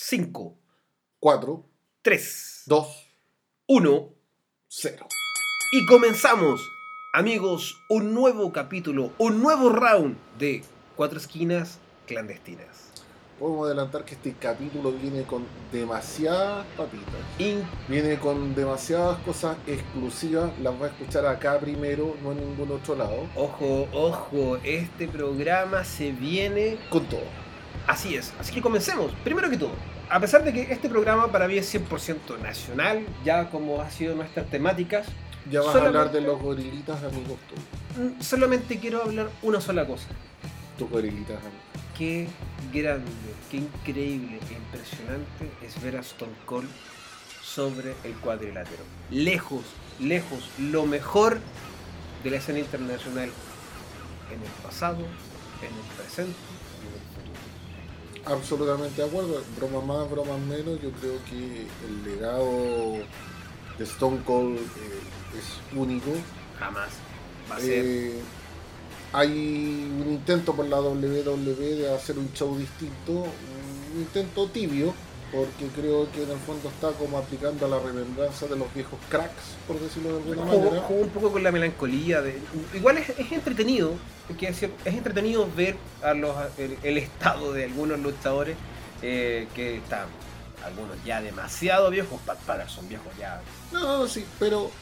5, 4, 3, 2, 1 0. y comenzamos, amigos, un nuevo capítulo, un nuevo round de Cuatro Esquinas Clandestinas. Podemos adelantar que este capítulo viene con demasiadas papitas. Viene con demasiadas cosas exclusivas. Las voy a escuchar acá primero, no en ningún otro lado. Ojo, este programa se viene con todo. Así es, así que comencemos. Primero que todo, a pesar de que este programa para mí es 100% nacional, ya como ha sido nuestras temáticas, ya vas a hablar de los gorilitas amigos tuyos. Solamente quiero hablar una sola cosa. Tus gorilitas amigos. Qué grande, qué increíble e impresionante es ver a Stone Cold sobre el cuadrilátero. Lejos, lo mejor de la escena internacional en el pasado, en el presente y en el futuro. Absolutamente de acuerdo. Bromas más, bromas menos. Yo creo que el legado de Stone Cold es único. Jamás va a ser. Hay un intento por la WWE de hacer un show distinto, un intento tibio, porque creo que en el fondo está como aplicando a la remembranza de los viejos cracks, por decirlo de alguna manera. Jugó un poco con la melancolía. Igual es entretenido, es entretenido ver a el estado de algunos luchadores que están, algunos ya demasiado viejos, para son viejos ya. No, sí, pero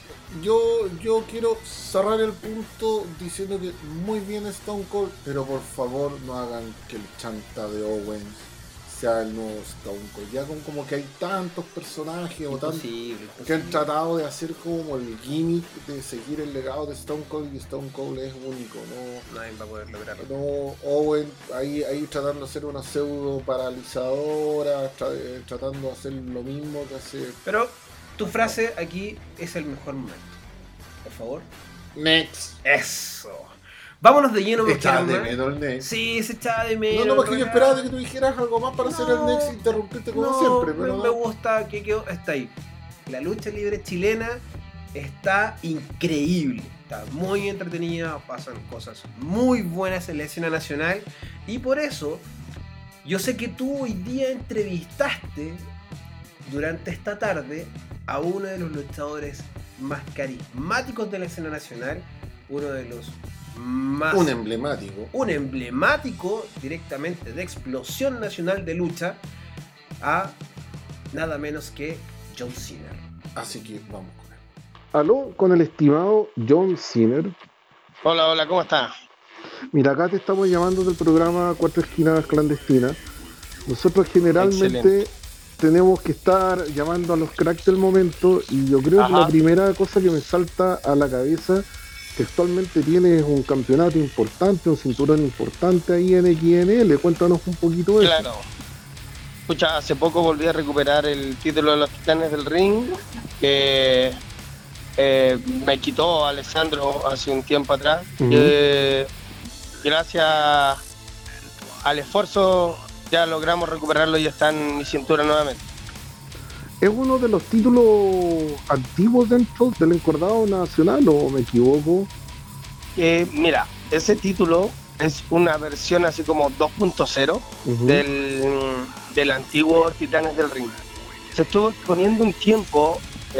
yo quiero cerrar el punto diciendo que muy bien Stone Cold, pero por favor no hagan que el chanta de Owens sea el nuevo Stone Cold. Ya como que hay tantos personajes imposible. Que han tratado de hacer como el gimmick de seguir el legado de Stone Cold, y Stone Cold es único, ¿no? Nadie va a poder lograrlo. No, Owens ahí tratando de hacer una pseudo paralizadora, tratando de hacer lo mismo que hace. Pero tu frase aquí es el mejor momento. Por favor. Next. Eso. Vámonos de lleno. ¿Echaba de menos el Next? Sí, se echaba de menos. No, porque yo esperaba que tú dijeras algo más para hacer el Next e interrumpirte como siempre. Pero me gusta que quedó, está ahí. La lucha libre chilena está increíble. Está muy entretenida. Pasan cosas muy buenas en la escena nacional. Y por eso, yo sé que tú hoy día entrevistaste durante esta tarde a uno de los luchadores más carismáticos de la escena nacional, uno de los más... Un emblemático directamente de explosión nacional de lucha, a nada menos que John Cena. Así que vamos con él. Aló, con el estimado John Cena. Hola, ¿cómo estás? Mira, acá te estamos llamando del programa Cuatro Esquinas Clandestinas. Nosotros generalmente tenemos que estar llamando a los cracks del momento, y yo creo que la primera cosa que me salta a la cabeza, que actualmente tienes un campeonato importante, un cinturón importante ahí en XNL. Cuéntanos un poquito de eso. Claro. Escucha, hace poco volví a recuperar el título de los Titanes del Ring, que me quitó Alessandro hace un tiempo atrás. Gracias al esfuerzo ya logramos recuperarlo y está en mi cintura nuevamente. ¿Es uno de los títulos activos dentro del encordado nacional o me equivoco? Mira, ese título es una versión así como 2.0 del antiguo Titanes del Ring. Se estuvo exponiendo un tiempo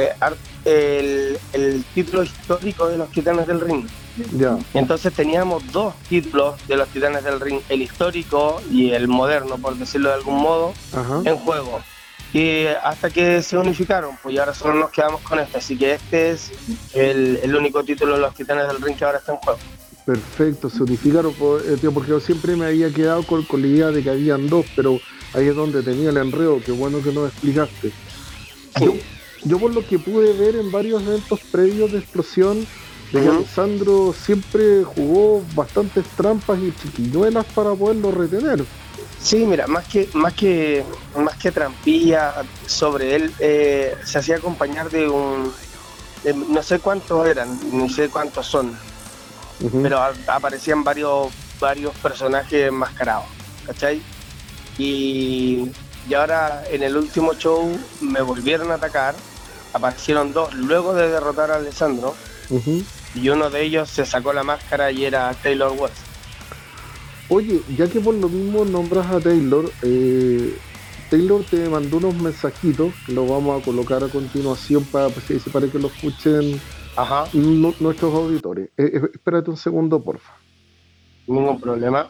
el título histórico de los Titanes del Ring. Ya. Entonces teníamos dos títulos de los Titanes del Ring, el histórico y el moderno, por decirlo de algún modo, en juego. Y hasta que se unificaron, pues ya ahora solo nos quedamos con este. Así que este es el único título de los Titanes del Ring que ahora está en juego. Perfecto, se unificaron, porque yo siempre me había quedado con la idea de que habían dos, pero ahí es donde tenía el enredo. Qué bueno que nos explicaste. Sí. Yo por lo que pude ver en varios eventos previos de Explosión, de que Alessandro siempre jugó bastantes trampas y chiquiñuelas para poderlo retener. Sí, mira, más que trampilla sobre él, se hacía acompañar de no sé cuántos eran, no sé cuántos son, pero aparecían varios personajes enmascarados, ¿cachai? Y ahora en el último show me volvieron a atacar, aparecieron dos luego de derrotar a Alessandro, y uno de ellos se sacó la máscara y era Taylor West. Oye, ya que por lo mismo nombras a Taylor, Taylor te mandó unos mensajitos que los vamos a colocar a continuación para que lo escuchen nuestros auditores. Espérate un segundo, porfa. Ningún problema.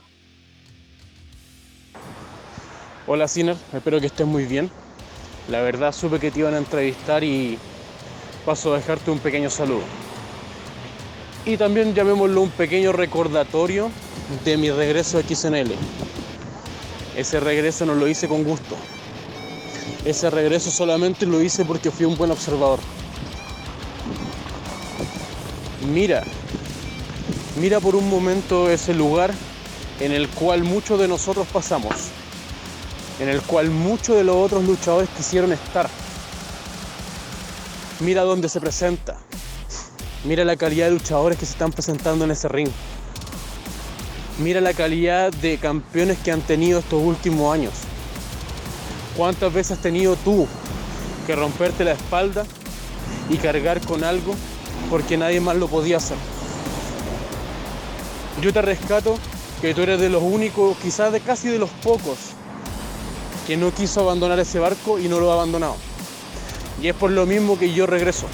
Hola Sinner, espero que estés muy bien. La verdad supe que te iban a entrevistar y paso a dejarte un pequeño saludo. Y también llamémoslo un pequeño recordatorio de mi regreso a XNL. Ese regreso no lo hice con gusto. Ese regreso solamente lo hice porque fui un buen observador. Mira por un momento ese lugar en el cual muchos de nosotros pasamos, en el cual muchos de los otros luchadores quisieron estar. Mira dónde se presenta. Mira la calidad de luchadores que se están presentando en ese ring. Mira la calidad de campeones que han tenido estos últimos años. ¿Cuántas veces has tenido tú que romperte la espalda y cargar con algo porque nadie más lo podía hacer? Yo te rescato que tú eres de los únicos, quizás casi de los pocos, que no quiso abandonar ese barco y no lo ha abandonado. Y es por lo mismo que yo regreso.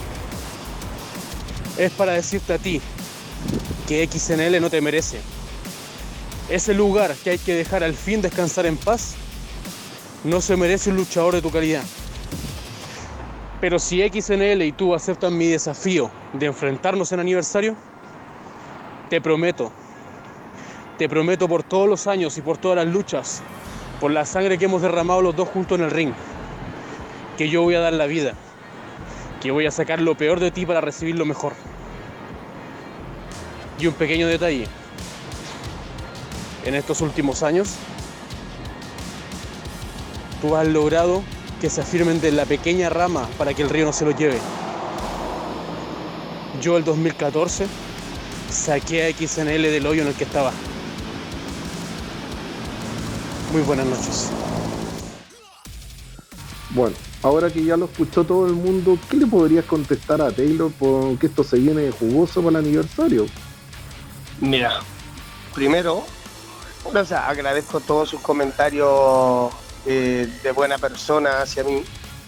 Es para decirte a ti que XNL no te merece. Ese lugar que hay que dejar al fin descansar en paz, no se merece un luchador de tu calidad. Pero si XNL y tú aceptan mi desafío de enfrentarnos en aniversario, te prometo por todos los años y por todas las luchas, por la sangre que hemos derramado los dos juntos en el ring, que yo voy a dar la vida, que voy a sacar lo peor de ti para recibir lo mejor. Y un pequeño detalle, en estos últimos años, tú has logrado que se afirmen de la pequeña rama para que el río no se lo lleve. Yo el 2014 saqué a XNL del hoyo en el que estaba. Muy buenas noches. Bueno, ahora que ya lo escuchó todo el mundo, ¿qué le podrías contestar a Taylor por que esto se viene jugoso para el aniversario? Mira, primero, agradezco todos sus comentarios de buena persona hacia mí,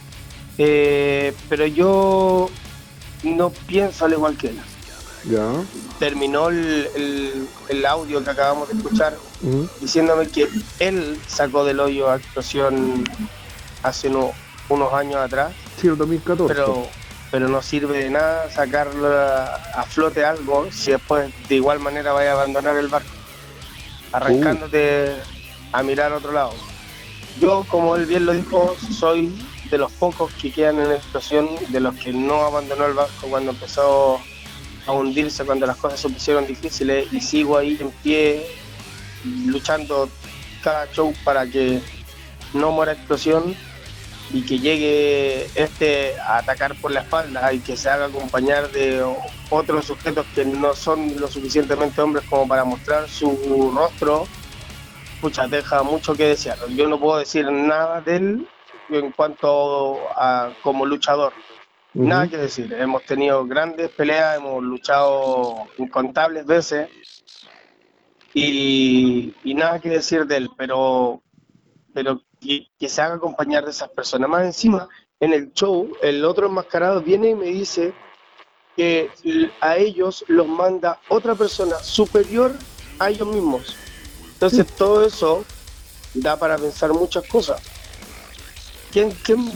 pero yo no pienso al igual que él. Ya. Terminó el audio que acabamos de escuchar diciéndome que él sacó del hoyo a Explosión hace unos años atrás. Sí, el 2014. Pero no sirve de nada sacarlo a flote algo si después de igual manera vaya a abandonar el barco, arrancándote a mirar a otro lado. Yo, como él bien lo dijo, soy de los pocos que quedan en Explosión, de los que no abandonó el barco cuando empezó a hundirse, cuando las cosas se pusieron difíciles, y sigo ahí en pie, luchando cada show para que no muera Explosión y que llegue a atacar por la espalda y que se haga acompañar de otros sujetos que no son lo suficientemente hombres como para mostrar su rostro. Pucha, deja mucho que desear. Yo no puedo decir nada de él en cuanto a como luchador. Nada que decir. Hemos tenido grandes peleas, hemos luchado incontables veces y nada que decir de él, pero que se haga acompañar de esas personas. Más encima, en el show, el otro enmascarado viene y me dice que a ellos los manda otra persona superior a ellos mismos. Entonces todo eso da para pensar muchas cosas. ¿Quién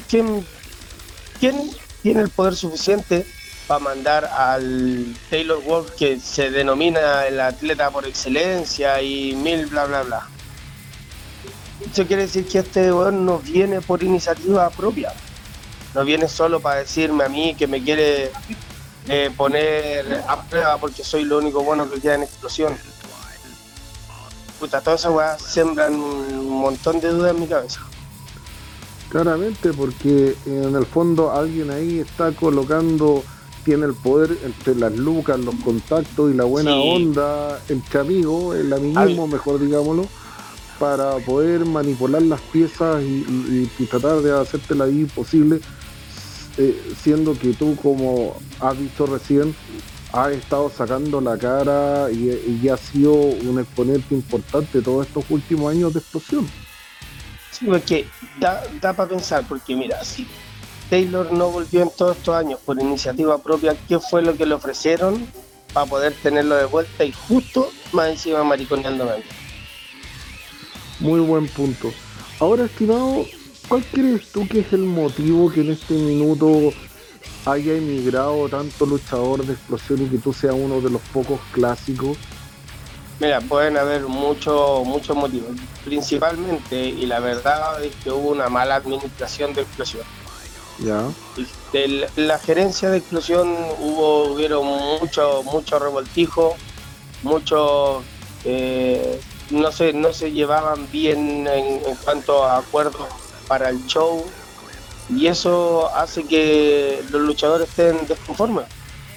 tiene el poder suficiente para mandar al Taylor Wolf, que se denomina el atleta por excelencia y mil bla bla bla? Eso quiere decir que este weón no viene por iniciativa propia, no viene solo para decirme a mí que me quiere poner a prueba porque soy lo único bueno que queda en Explosión. Puta, todas esas weas sembran un montón de dudas en mi cabeza. Claramente, porque en el fondo alguien ahí está colocando, tiene el poder entre las lucas, los contactos y la buena onda entre amigos, el amiguismo, mejor digámoslo, para poder manipular las piezas y tratar de hacerte la vida imposible, siendo que tú, como has dicho recién, has estado sacando la cara y has sido un exponente importante todos estos últimos años de Explosión. Sí, porque da para pensar, porque mira, si Taylor no volvió en todos estos años por iniciativa propia, ¿qué fue lo que le ofrecieron para poder tenerlo de vuelta y justo más encima mariconeándome? Muy buen punto. Ahora, estimado, ¿cuál crees tú que es el motivo que en este minuto haya emigrado tanto luchador de explosión y que tú seas uno de los pocos clásicos? Mira, pueden haber muchos motivos. Principalmente, y la verdad es que hubo una mala administración de Explosión. Ya. De la gerencia de Explosión hubieron mucho revoltijo, mucho no se llevaban bien en cuanto a acuerdos para el show, y eso hace que los luchadores estén desconformes.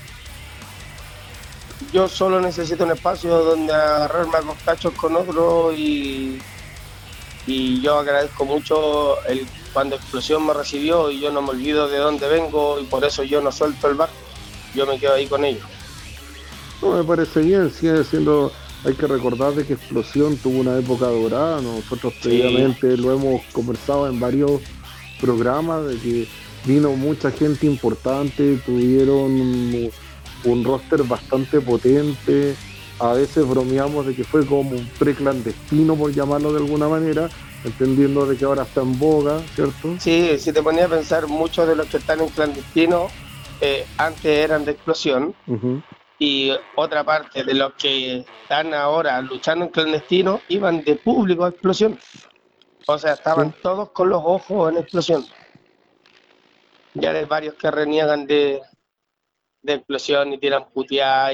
Yo solo necesito un espacio donde agarrarme a costachos con otro, y yo agradezco mucho cuando Explosión me recibió, y yo no me olvido de dónde vengo, y por eso yo no suelto el barco, yo me quedo ahí con ellos. No, me parece bien, sigue siendo, hay que recordar de que Explosión tuvo una época dorada, nosotros previamente lo hemos conversado en varios programas, de que vino mucha gente importante, tuvieron un roster bastante potente, a veces bromeamos de que fue como un preclandestino, por llamarlo de alguna manera, entendiendo de que ahora está en boga, ¿cierto? Sí, si te ponías a pensar, muchos de los que están en clandestino antes eran de Explosión, y otra parte de los que están ahora luchando en clandestino iban de público a Explosión. O sea, estaban todos con los ojos en Explosión. Ya hay varios que reniegan de Explosión y tiran puteadas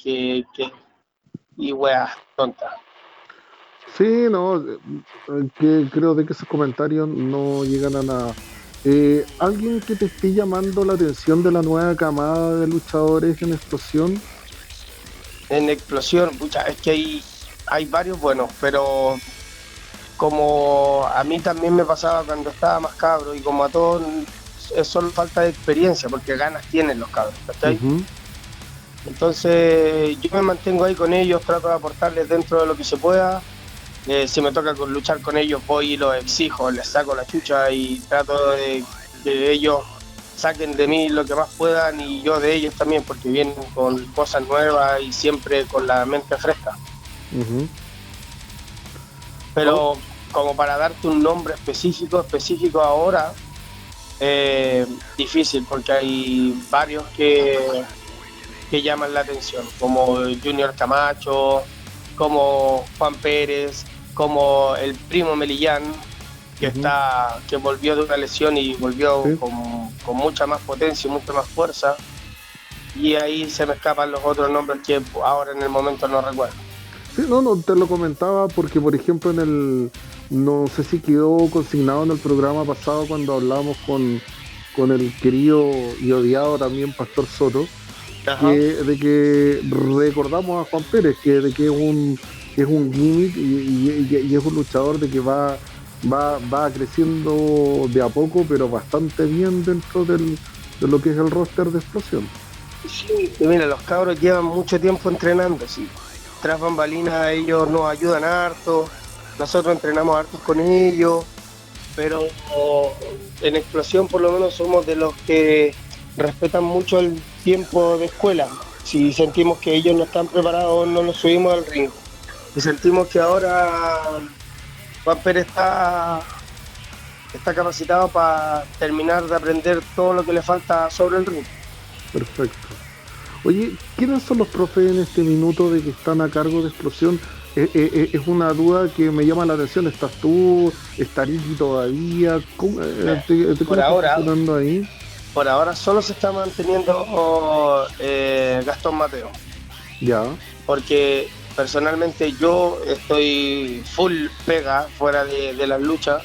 y weas tontas. Sí, no, que creo de que esos comentarios no llegan a nada. ¿Alguien que te esté llamando la atención de la nueva camada de luchadores en Explosión? En Explosión, pucha, es que hay varios buenos, pero como a mí también me pasaba cuando estaba más cabro, y como a todos, es solo falta de experiencia, porque ganas tienen los cabros, ¿cachai? Entonces yo me mantengo ahí con ellos, trato de aportarles dentro de lo que se pueda. Si me toca luchar con ellos, voy y los exijo, les saco la chucha y trato de que ellos saquen de mí lo que más puedan, y yo de ellos también, porque vienen con cosas nuevas y siempre con la mente fresca. Pero como para darte un nombre específico ahora, difícil, porque hay varios que llaman la atención, como Junior Camacho, como Juan Pérez, como el primo Melillán, que volvió de una lesión y volvió con mucha más potencia y mucha más fuerza, y ahí se me escapan los otros nombres que ahora en el momento no recuerdo. Sí, no, te lo comentaba porque, por ejemplo, no sé si quedó consignado en el programa pasado cuando hablábamos con el querido y odiado también Pastor Soto, de que recordamos a Juan Pérez, de que es un gimmick y es un luchador de que va creciendo de a poco, pero bastante bien dentro de lo que es el roster de Explosión. Sí, mira, los cabros llevan mucho tiempo entrenando, sí. Tras bambalinas ellos nos ayudan harto, nosotros entrenamos harto con ellos, pero en Explosión por lo menos somos de los que respetan mucho el tiempo de escuela. Si sentimos que ellos no están preparados, no los subimos al ring. Y sentimos que ahora Juan Pérez está capacitado para terminar de aprender todo lo que le falta sobre el ring. Perfecto. Oye, ¿quiénes son los profes en este minuto de que están a cargo de Explosión? Es una duda que me llama la atención. ¿Estás tú? ¿Está Ricky todavía? ¿Cómo ahora, funcionando ahí? Por ahora solo se está manteniendo Gastón Mateo. Ya. Porque personalmente yo estoy full pega fuera de las luchas.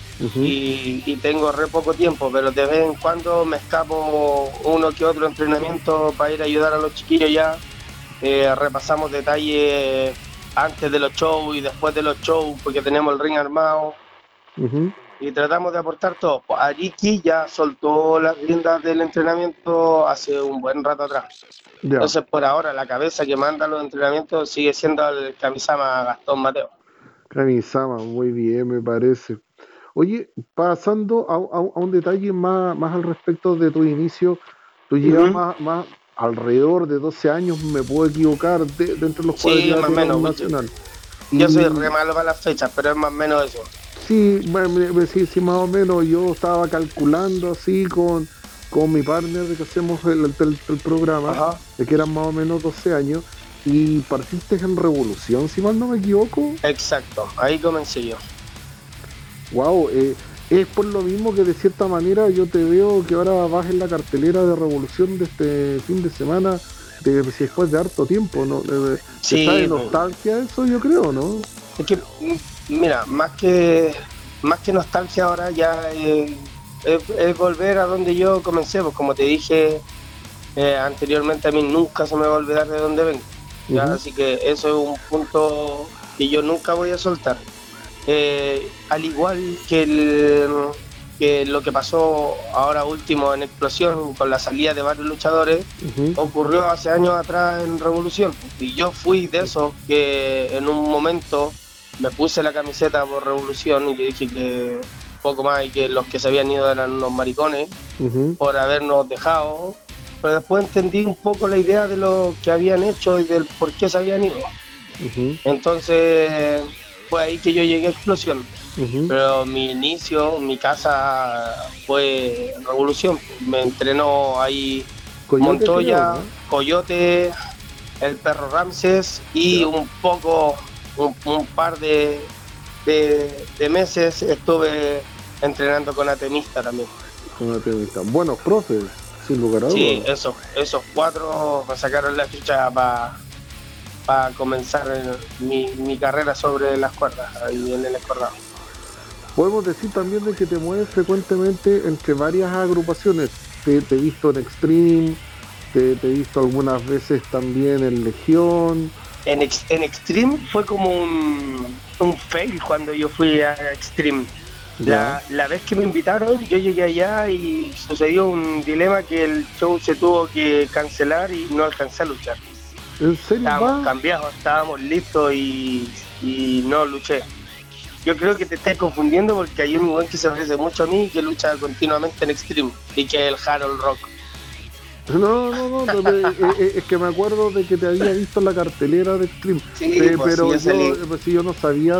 Y tengo re poco tiempo, pero de vez en cuando me escapo uno que otro entrenamiento para ir a ayudar a los chiquillos ya. Repasamos detalles antes de los shows y después de los shows, porque tenemos el ring armado. Y tratamos de aportar todo. Pues Ariki ya soltó las riendas del entrenamiento hace un buen rato atrás. Ya. Entonces por ahora la cabeza que manda los entrenamientos sigue siendo el Kamisama Gastón Mateo. Kamisama, muy bien, me parece. Oye, pasando a un detalle más al respecto de tu inicio, tú llevas Ujú. más alrededor de 12 años, me puedo equivocar, dentro de los Sí, más o cuadriláteros menos. nacional. Yo soy Y re malo para las fechas, pero es más o menos eso. sí, sí, más o menos yo estaba calculando así con mi partner de que hacemos el programa, Ajá. de que eran más o menos 12 años, y partiste en Revolución, si mal no me equivoco. Exacto, ahí comencé yo. Wow, es por lo mismo que de cierta manera yo te veo que ahora vas en la cartelera de Revolución de este fin de semana, después de harto tiempo, ¿no? Te está de Sí, nostalgia eso, yo creo, ¿no? es que, mira, más que nostalgia ahora ya es volver a donde yo comencé, pues como te dije anteriormente, a mí nunca se me va a olvidar de dónde vengo, ¿ya? Ujú, Así que eso es un punto que yo nunca voy a soltar. Al igual que lo que pasó ahora último en Explosión con la salida de varios luchadores, ujú. ocurrió hace años atrás en Revolución. Y yo fui de esos que en un momento me puse la camiseta por Revolución y le dije que poco más y que los que se habían ido eran unos maricones Ujú, por habernos dejado. Pero después entendí un poco la idea de lo que habían hecho y del por qué se habían ido. ujú, Entonces fue ahí que yo llegué a Explosión. ujú. Pero mi inicio, mi casa fue Revolución. Me entrenó ahí Coyote creo, Montoya, ¿no? Coyote, el perro Ramses y Ya, un poco, un par de meses estuve entrenando con Atemista también. con una pianista. Buenos profes, sin lugar a Sí, dudas. esos cuatro me sacaron la ficha para comenzar mi carrera sobre las cuerdas ahí en el escordado. Podemos decir también de que te mueves frecuentemente entre varias agrupaciones. Te he visto en Extreme, te he visto algunas veces también en Legión. En Extreme fue como un fail cuando yo fui a Extreme. Ya. La vez que me invitaron, yo llegué allá y sucedió un dilema que el show se tuvo que cancelar y no alcancé a luchar. ¿En serio Estábamos va? cambiados, estábamos listos y no luché. Yo creo que te estás confundiendo porque hay un buen que se parece mucho a mí que lucha continuamente en Extreme y que es el Harold Rock. No, es que me acuerdo de que te había visto en la cartelera de Extreme. Sí, pues sí, Pero yo salí. pues sí, yo no sabía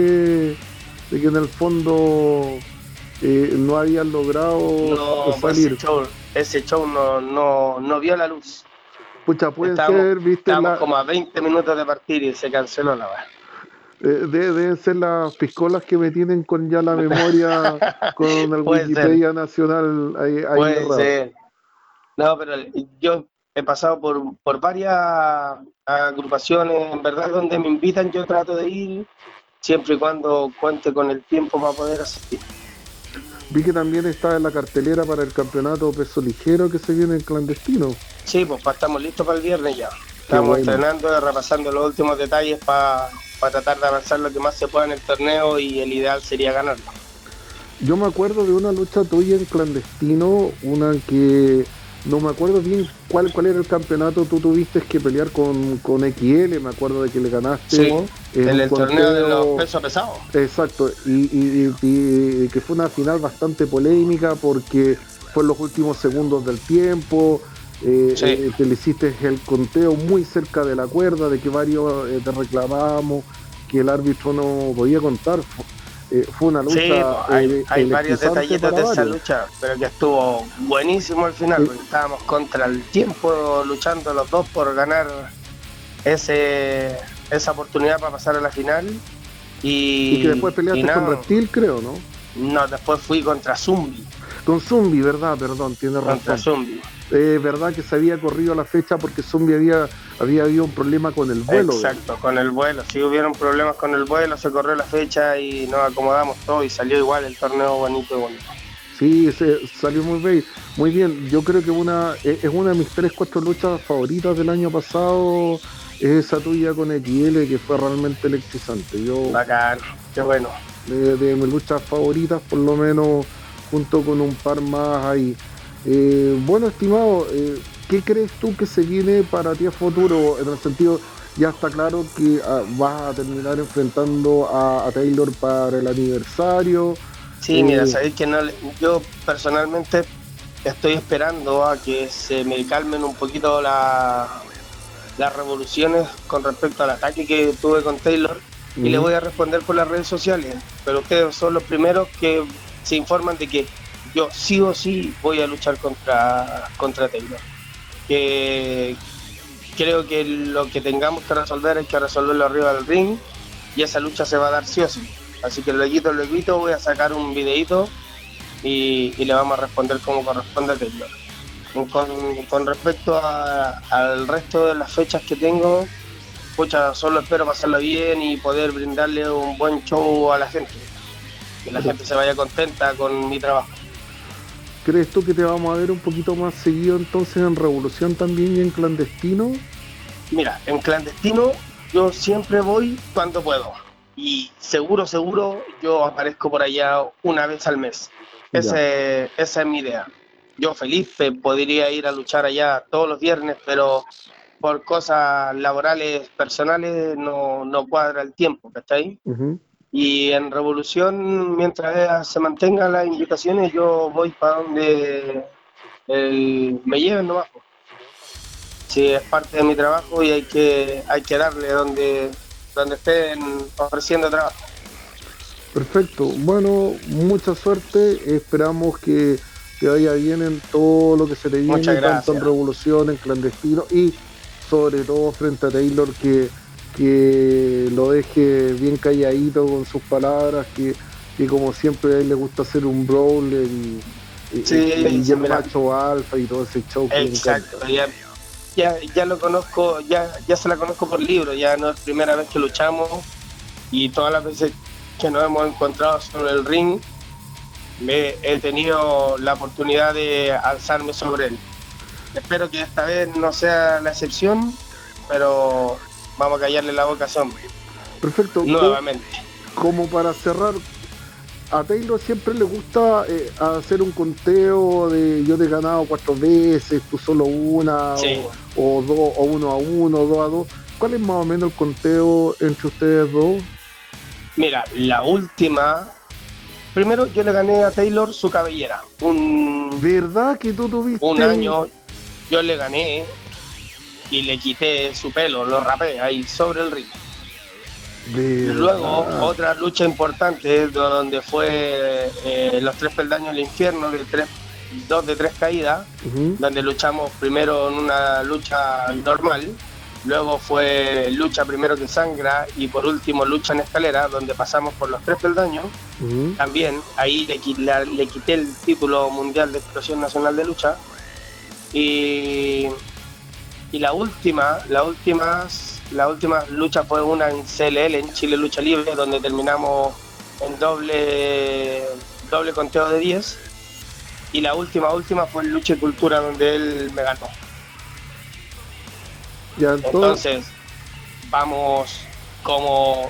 de que en el fondo no habían logrado No, pues salir. ese show no vio la luz. Pucha, pueden Estábamos, ser, viste, estábamos como a 20 minutos de partir y se canceló la deben ser las piscolas que me tienen con ya la memoria con el Puede ser, Wikipedia Nacional ahí puede errado. ser. No, pero yo he pasado por varias agrupaciones, en verdad, donde me invitan, yo trato de ir, siempre y cuando cuente con el tiempo para poder asistir. Vi que también está en la cartelera para el campeonato peso ligero que se viene en clandestino. Sí, pues estamos listos para el viernes ya. Qué Estamos bueno. entrenando y repasando los últimos detalles para tratar de avanzar lo que más se pueda en el torneo y el ideal sería ganarlo. Yo me acuerdo de una lucha tuya en clandestino, una que no me acuerdo bien cuál era el campeonato. Tú tuviste que pelear con XL, me acuerdo de que le ganaste Sí, en en un el torneo de los conteo. pesos pesados. Exacto, y que fue una final bastante polémica porque fue en los últimos segundos del tiempo. Sí. Te le hiciste el conteo muy cerca de la cuerda, de que varios te reclamábamos que el árbitro no podía contar. Fue una Sí, lucha hay varios electrizante detallitos para de esa varios. lucha, pero que estuvo buenísimo al final, Eh, porque estábamos contra el tiempo luchando los dos por ganar esa oportunidad para pasar a la final. y que después peleaste con nada, Reptil, creo, ¿no? no, después fui contra Zumbi, Con Zumbi, ¿verdad? Perdón, tiene contra razón. Zumbi. Verdad que se había corrido la fecha porque Zumbi había habido un problema con el vuelo. Exacto, con el vuelo. Sí hubieron problemas con el vuelo, se corrió la fecha y nos acomodamos todo y salió igual el torneo bonito y bonito. Sí, salió muy bien. Yo creo que es una de mis 3-4 luchas favoritas del año pasado. Es esa tuya con XL, que fue realmente electrizante. Bacán, qué bueno. De mis luchas favoritas, por lo menos, junto con un par más ahí. Bueno, estimado, ¿qué crees tú que se viene para ti a futuro? En el sentido, ya está claro que vas a terminar enfrentando a Taylor para el aniversario. Sí, mira, sabéis que no, yo personalmente estoy esperando a que se me calmen un poquito las revoluciones con respecto al ataque que tuve con Taylor y le voy a responder por las redes sociales, pero ustedes son los primeros que se informan de que yo sí o sí voy a luchar contra Taylor. Que creo que lo que tengamos que resolver hay que resolverlo arriba del ring y esa lucha se va a dar sí o sí. Así que luego voy a sacar un videito y le vamos a responder como corresponde a Taylor. Con respecto al resto de las fechas que tengo, pucha, solo espero pasarla bien y poder brindarle un buen show a la gente. Que la gente se vaya contenta con mi trabajo. ¿Crees tú que te vamos a ver un poquito más seguido entonces en Revolución también y en Clandestino? Mira, en Clandestino yo siempre voy cuando puedo. Y seguro, yo aparezco por allá una vez al mes. Esa es mi idea. Yo feliz podría ir a luchar allá todos los viernes, pero por cosas laborales, personales, no cuadra el tiempo, ¿cachai? Uh-huh. Y en Revolución, mientras se mantengan las invitaciones, yo voy para donde me lleven nomás. Sí, es parte de mi trabajo y hay que darle donde estén ofreciendo trabajo. Perfecto. Bueno, mucha suerte. Esperamos que vaya bien en todo lo que se te viene, tanto en Revolución, en Clandestino y sobre todo frente a Taylor, que lo deje bien calladito con sus palabras, que como siempre a él le gusta hacer un brawler y el macho alfa y todo ese show. Exacto, ya lo conozco, ya se la conozco por libro, ya no es primera vez que luchamos y todas las veces que nos hemos encontrado sobre el ring he tenido la oportunidad de alzarme sobre él. Espero que esta vez no sea la excepción, pero vamos a callarle la boca a ese hombre. Perfecto. Nuevamente. Como para cerrar, a Taylor siempre le gusta hacer un conteo de yo te he ganado 4 veces, tú solo una, sí. o 1 a 1, 2 a 2. ¿Cuál es más o menos el conteo entre ustedes dos? Mira, la última... Primero yo le gané a Taylor su cabellera. ¿Verdad que tú tuviste? Un año yo le gané y le quité su pelo, lo rapé ahí sobre el ring. ¿Verdad? Luego otra lucha importante donde fue los 3 peldaños del infierno, 2 de 3 caídas, donde luchamos primero en una lucha normal. Luego fue lucha primero que sangra y por último lucha en escalera, donde pasamos por los 3 peldaños. También ahí le quité el título mundial de explosión nacional de lucha. Y la última lucha fue una en CLL, en Chile Lucha Libre, donde terminamos en doble conteo de 10. Y la última fue en Lucha y Cultura, donde él me ganó. Ya, entonces vamos como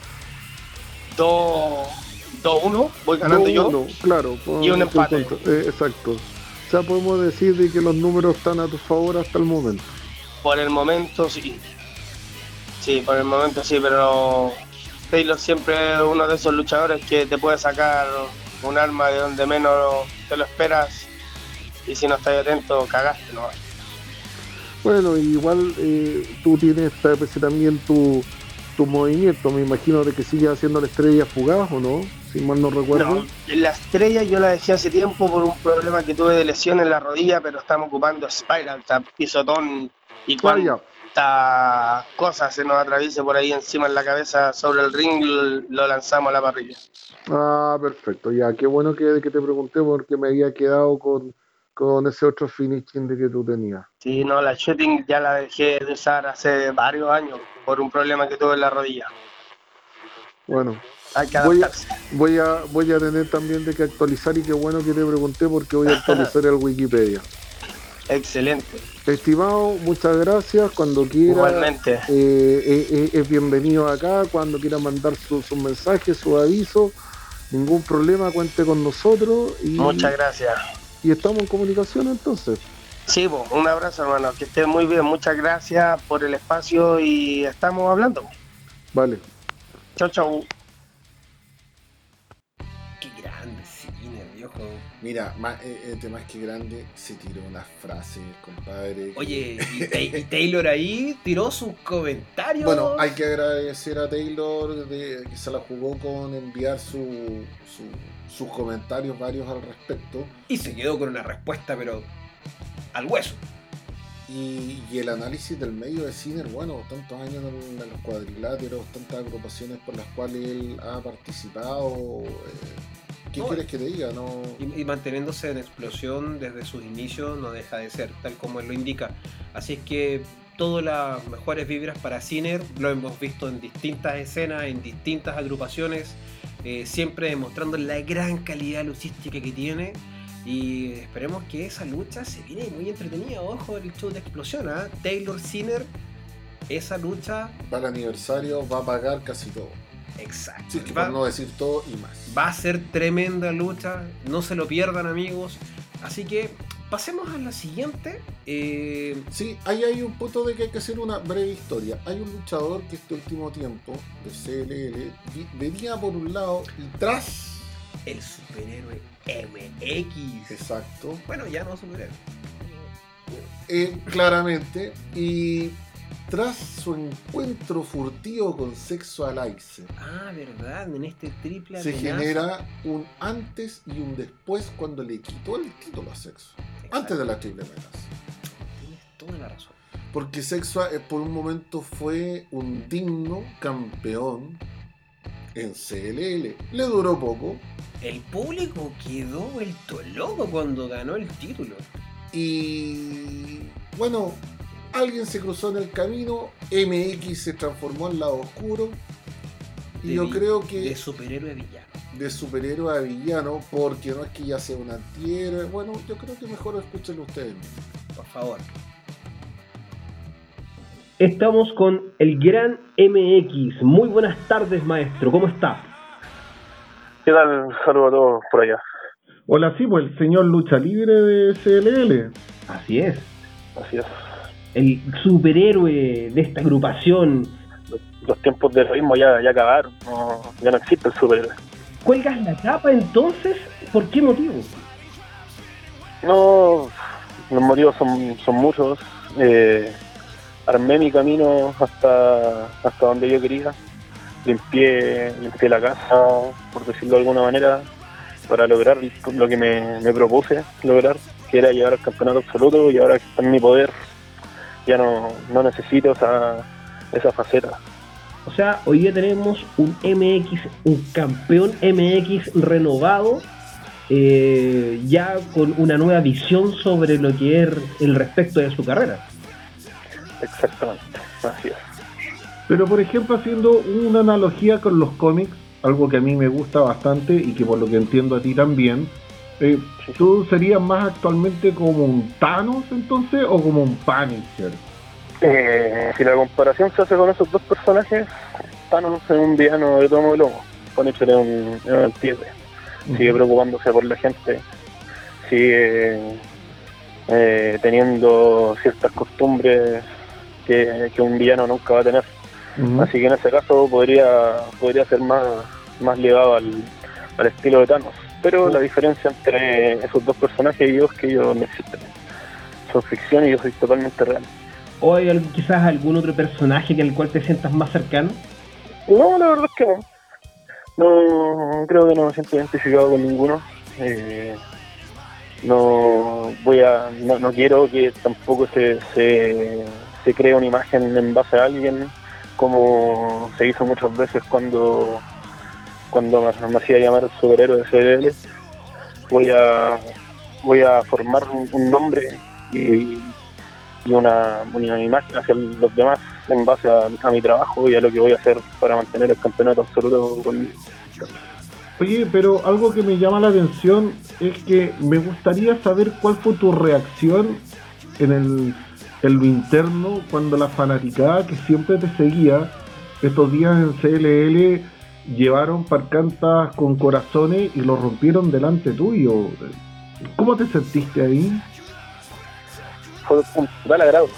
2-1, voy ganando yo. Claro, y un empate. Exacto. O sea, podemos decir de que los números están a tu favor hasta el momento. Por el momento sí. Sí, por el momento sí, pero Taylor siempre es uno de esos luchadores que te puede sacar un arma de donde menos te lo esperas y si no estás atento, cagaste, ¿no? Bueno, igual tú tienes también tu movimiento, me imagino de que sigues haciendo la estrella fugaz, ¿o no? Si mal no recuerdo. No, la estrella yo la dejé hace tiempo por un problema que tuve de lesión en la rodilla, pero estamos ocupando Spiral Tap, pisotón y cuántas cosas se nos atraviese por ahí encima en la cabeza sobre el ring, lo lanzamos a la parrilla. Ah, perfecto, ya, qué bueno que te pregunté porque me había quedado con ese otro finishing de que tú tenías. Sí, no, la shooting ya la dejé de usar hace varios años por un problema que tuve en la rodilla. Bueno, hay que adaptarse. Voy a tener también de que actualizar y qué bueno que te pregunté porque voy a actualizar el Wikipedia. Excelente. Estimado, muchas gracias. Cuando quiera, igualmente, es bienvenido acá. Cuando quiera mandar sus mensajes, su aviso, ningún problema, cuente con nosotros. Muchas gracias. Y estamos en comunicación entonces. Sí, un abrazo, hermano, que estés muy bien. Muchas gracias por el espacio y estamos hablando. Vale. Chau, chau. Qué grande. Mira, este más que grande se tiró unas frases, compadre. Oye, y Taylor ahí tiró sus comentarios. Bueno, hay que agradecer a Taylor que se la jugó con enviar sus comentarios varios al respecto. Y se quedó con una respuesta, pero al hueso. Y el análisis del medio de Sinner, bueno, tantos años en los cuadriláteros, tantas agrupaciones por las cuales él ha participado. ¿Qué quieres que te diga? No... Y manteniéndose en explosión desde sus inicios no deja de ser, tal como él lo indica. Así es que todas las mejores vibras para Sinner, lo hemos visto en distintas escenas, en distintas agrupaciones, siempre demostrando la gran calidad luchística que tiene. Y esperemos que esa lucha se viene muy entretenida. Ojo, el show de explosión, ¿eh? Taylor Sinner, esa lucha va al aniversario, va a pagar casi todo. Exacto. Sí, por no decir todo y más. Va a ser tremenda lucha, no se lo pierdan, amigos. Así que pasemos a la siguiente. Sí, ahí hay un punto de que hay que hacer una breve historia. Hay un luchador que este último tiempo de CLL venía por un lado y tras el superhéroe MX. Exacto. Bueno, ya no superhéroe. Claramente. Y tras su encuentro furtivo con Sexualizer. Ah, verdad, en este triple se amenaza genera un antes y un después cuando le quitó el título a Sexo. Exacto. Antes de la triple amenaza. Tienes toda la razón. Porque Sexo por un momento fue un digno campeón en CLL. Le duró poco. El público quedó vuelto loco cuando ganó el título. Y bueno, alguien se cruzó en el camino, MX se transformó en lado oscuro. Y yo creo que... De superhéroe a villano. De superhéroe a villano, porque no es que ya sea un antihéroe. Bueno, yo creo que mejor escúchenlo ustedes mismos. Por favor. Estamos con el gran MX. Muy buenas tardes, maestro. ¿Cómo está? ¿Qué tal? Saludos a todos por allá. Hola, sí, pues el señor Lucha Libre de CLL. Así es. Así es. El superhéroe de esta agrupación. Los tiempos del ritmo ya acabaron. Ya no existe el superhéroe. ¿Cuelgas la capa entonces? ¿Por qué motivo? No, los motivos son muchos. Armé mi camino hasta donde yo quería. Limpié la casa, por decirlo de alguna manera, para lograr lo que me propuse lograr, que era llegar al campeonato absoluto, y ahora que está en mi poder, ya no necesito esa faceta. O sea, hoy día tenemos un MX, un campeón MX renovado, ya con una nueva visión sobre lo que es el respecto de su carrera. Exactamente, así es. Pero por ejemplo, haciendo una analogía con los cómics, algo que a mí me gusta bastante y que por lo que entiendo a ti también, ¿tú serías más actualmente como un Thanos entonces o como un Punisher? Si la comparación se hace con esos dos personajes, Thanos es un villano de tomo y lomo, Punisher es un antihéroe. Sigue preocupándose por la gente, sigue teniendo ciertas costumbres que un villano nunca va a tener. Así que en ese caso podría ser más ligado al estilo de Thanos. Pero la diferencia entre esos dos personajes y yo es que ellos no existen. Son ficción y yo soy totalmente real. ¿O hay quizás algún otro personaje que al cual te sientas más cercano? No, la verdad es que no. No, creo que no me siento identificado con ninguno. No quiero que tampoco se cree una imagen en base a alguien, como se hizo muchas veces cuando me hacía llamar el superhéroe de CLL. Voy a formar un nombre y una imagen hacia los demás en base a mi trabajo y a lo que voy a hacer para mantener el campeonato absoluto conmigo. Oye, pero algo que me llama la atención es que me gustaría saber cuál fue tu reacción en lo interno cuando la fanaticada que siempre te seguía estos días en CLL llevaron parcantas con corazones y los rompieron delante tuyo. ¿Cómo te sentiste ahí? Fue un total agrado,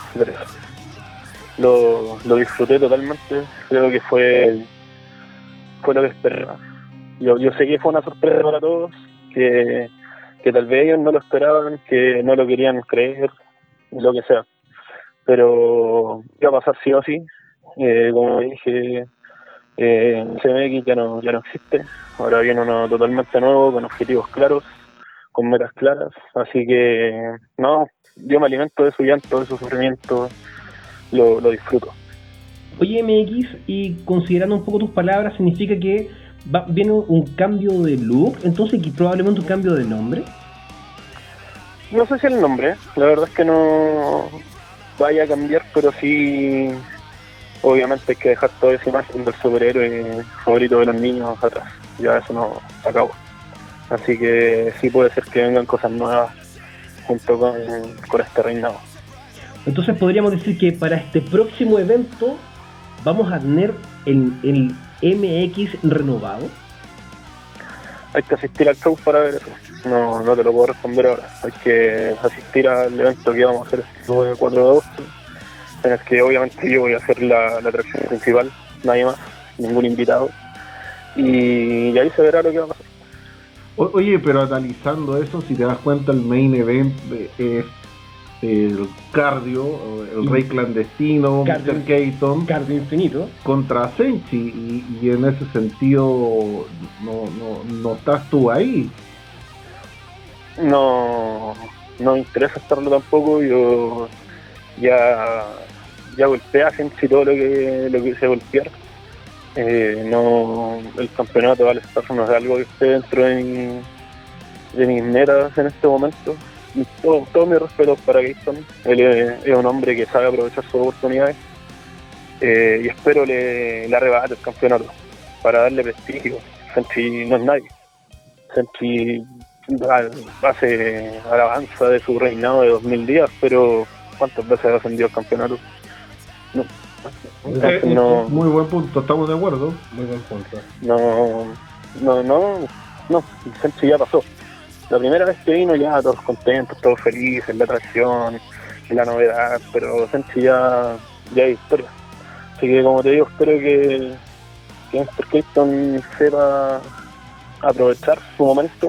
lo disfruté totalmente. Creo que fue lo que esperaba. Yo sé que fue una sorpresa para todos, que que tal vez ellos no lo esperaban, que no lo querían creer, lo que sea. Pero iba a pasar sí o sí. Como dije, CMX ya no existe. Ahora viene uno totalmente nuevo, con objetivos claros, con metas claras. Así que, no, yo me alimento de su llanto, de su sufrimiento, lo disfruto. Oye, MX, y considerando un poco tus palabras, significa que viene un cambio de look, entonces que probablemente un cambio de nombre. No sé si el nombre, la verdad es que no vaya a cambiar, pero sí, obviamente hay que dejar toda esa imagen del superhéroe favorito de los niños atrás. Ya eso no se acabó. Así que sí puede ser que vengan cosas nuevas junto con este reinado. Entonces podríamos decir que para este próximo evento vamos a tener el MX renovado. Hay que asistir al show para ver eso. No te lo puedo responder ahora. Hay que asistir al evento que vamos a hacer el 4 de agosto, en el que obviamente yo voy a hacer la atracción principal, nadie más, ningún invitado. Y ahí se verá lo que va a pasar. Oye, pero analizando eso, si te das cuenta, el main event es el Cardio, el Rey Clandestino, Mr. Keaton, Cardio Infinito, contra Senshi, y en ese sentido no estás tú ahí. No me interesa estarlo tampoco. Yo ya golpeé a Senshi todo lo que hice golpear. El campeonato al All-Star no es algo que esté dentro de mis metas en este momento. Y todo mi respeto para Keaton. Él es un hombre que sabe aprovechar sus oportunidades, y espero le arrebate el campeonato para darle prestigio. Senshi no es nadie. Senshi hace alabanza de su reinado de 2000 días, pero ¿cuántas veces ha ascendido el campeonato? No. Entonces, no. Muy buen punto, estamos de acuerdo. Muy buen punto. No, Senshi ya pasó. La primera vez que vino ya todos contentos, todos felices, la atracción, la novedad, pero Senshi ya es historia. Así que, como te digo, espero que Mr. Keaton sepa aprovechar su momento,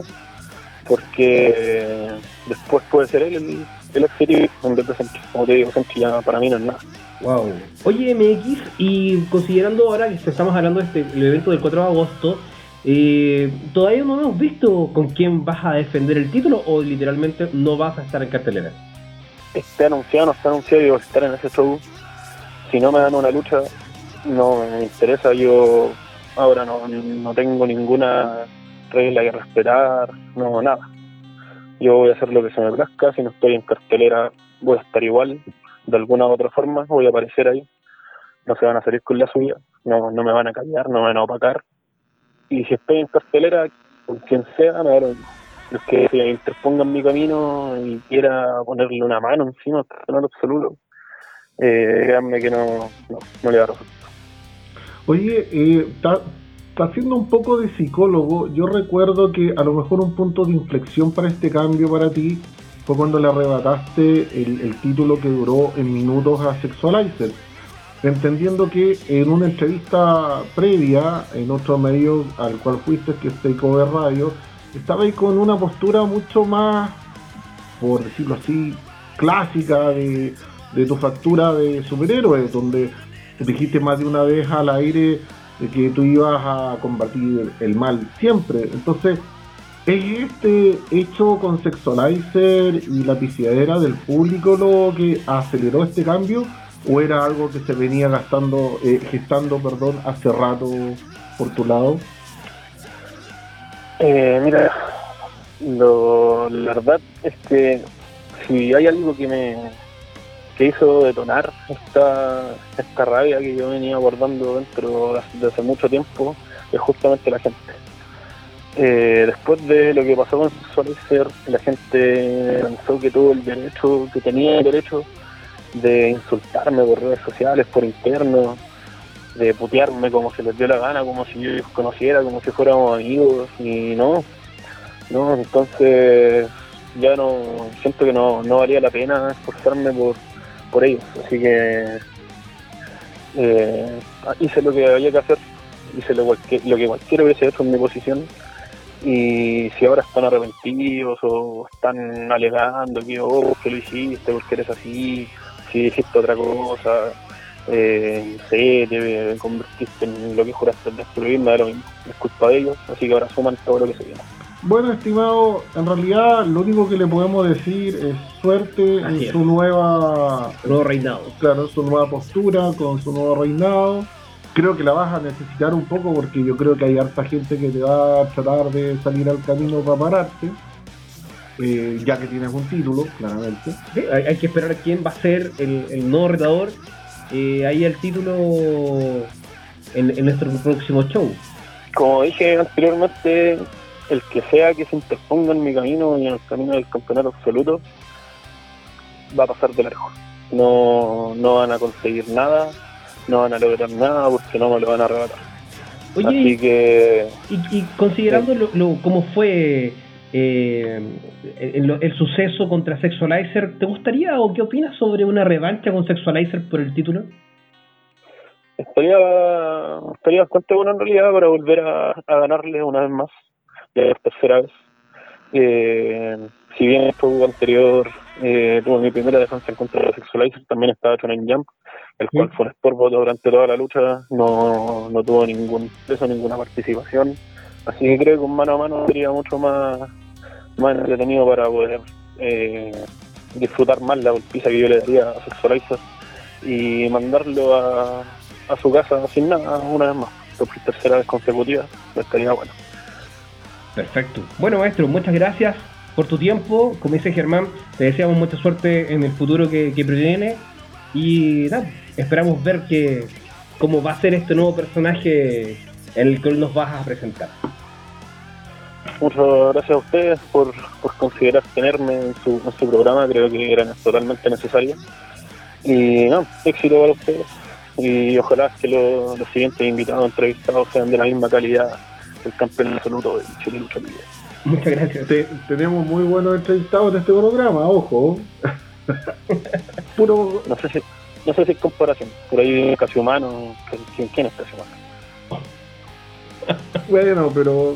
porque después puede ser él el objetivo en vez de Senshi. Como te digo, Senshi ya para mí no es nada. Wow. Oye, MX, y considerando ahora que estamos hablando de el evento del 4 de agosto, todavía no hemos visto con quién vas a defender el título, o literalmente no vas a estar en cartelera. Está anunciado y voy a estar en ese show. Si no me dan una lucha, no me interesa. Yo ahora no tengo ninguna regla que respetar, no, nada. Yo voy a hacer lo que se me plazca. Si no estoy en cartelera, voy a estar igual, de alguna u otra forma, voy a aparecer ahí. No se van a salir con la suya, no me van a callar, no me van a opacar. Y si estoy en cartelera, con quien sea, me da lo mismo. Los que se interpongan en mi camino y quiera ponerle una mano encima al campeonato absoluto, créanme que no le da razón. Oye, está haciendo un poco de psicólogo. Yo recuerdo que a lo mejor un punto de inflexión para este cambio para ti fue cuando le arrebataste el título que duró en minutos a Sexualizer, entendiendo que en una entrevista previa en otro medio al cual fuiste, que es Takeover Radio, estaba ahí con una postura mucho más, por decirlo así, clásica de tu factura de superhéroe, donde dijiste más de una vez al aire de que tú ibas a combatir el mal siempre. Entonces, ¿es este hecho con Sexualizer y la pifiadera del público lo que aceleró este cambio, o era algo que se venía gestando hace rato por tu lado? Mira, la verdad es que si hay algo que hizo detonar esta rabia que yo venía guardando dentro de hace mucho tiempo, es justamente la gente. Después de lo que pasó con Sexualizer, la gente pensó que tenía el derecho de insultarme por redes sociales, por interno, de putearme como se les dio la gana, como si yo los conociera, como si fuéramos amigos, y no, entonces ya siento que no valía la pena esforzarme por ellos, así que hice lo que había que hacer, hice lo que cualquiera hubiese hecho en mi posición, Y si ahora están arrepentidos o están alegando que que lo hiciste porque eres así, si dijiste otra cosa, no sé, te convertiste en lo que juraste destruir, me da lo mismo, es culpa de ellos, así que ahora suman todo lo que se viene. Bueno, estimado, en realidad lo único que le podemos decir es suerte Así en es. su nuevo reinado. claro, su nueva postura, con su nuevo reinado. Creo que la vas a necesitar un poco porque yo creo que hay harta gente que te va a tratar de salir al camino para pararte, ya que tienes un título, claramente. Sí, hay que esperar quién va a ser el nuevo retador. Ahí el título en nuestro próximo show. Como dije anteriormente, el que sea que se interponga en mi camino y en el camino del campeonato absoluto va a pasar de largo. No van a conseguir nada, no van a lograr nada porque no me lo van a arrebatar. Oye, Así que y considerando cómo fue el suceso contra Sexualizer, ¿te gustaría o qué opinas sobre una revancha con Sexualizer por el título? estaría bastante bueno en realidad para volver a ganarle una vez más, ya es tercera vez. Si bien el juego anterior tuve mi primera defensa en contra de Sexualizer, también estaba Shonen Jump, el cual fue un sport durante toda la lucha, no tuvo ninguna participación, así que creo que un mano a mano sería mucho más entretenido para poder disfrutar más la golpiza que yo le daría a Sexualizer y mandarlo a su casa sin nada una vez más, por tercera vez consecutiva, estaría bueno. Perfecto. Bueno, maestro, muchas gracias por tu tiempo. Como dice Germán, te deseamos mucha suerte en el futuro que previene. Y nada, esperamos ver cómo va a ser este nuevo personaje en el que nos vas a presentar. Muchas gracias a ustedes por considerar tenerme en su programa, creo que era totalmente necesario. Y éxito para ustedes. Y ojalá que los siguientes invitados entrevistados sean de la misma calidad el campeón absoluto de Chile Lucha Libre. Muchas gracias. Tenemos muy buenos entrevistados en este programa, ojo. Puro. No sé si es comparación. Por ahí Casi Humano. ¿Quién es Casi Humano? Bueno, pero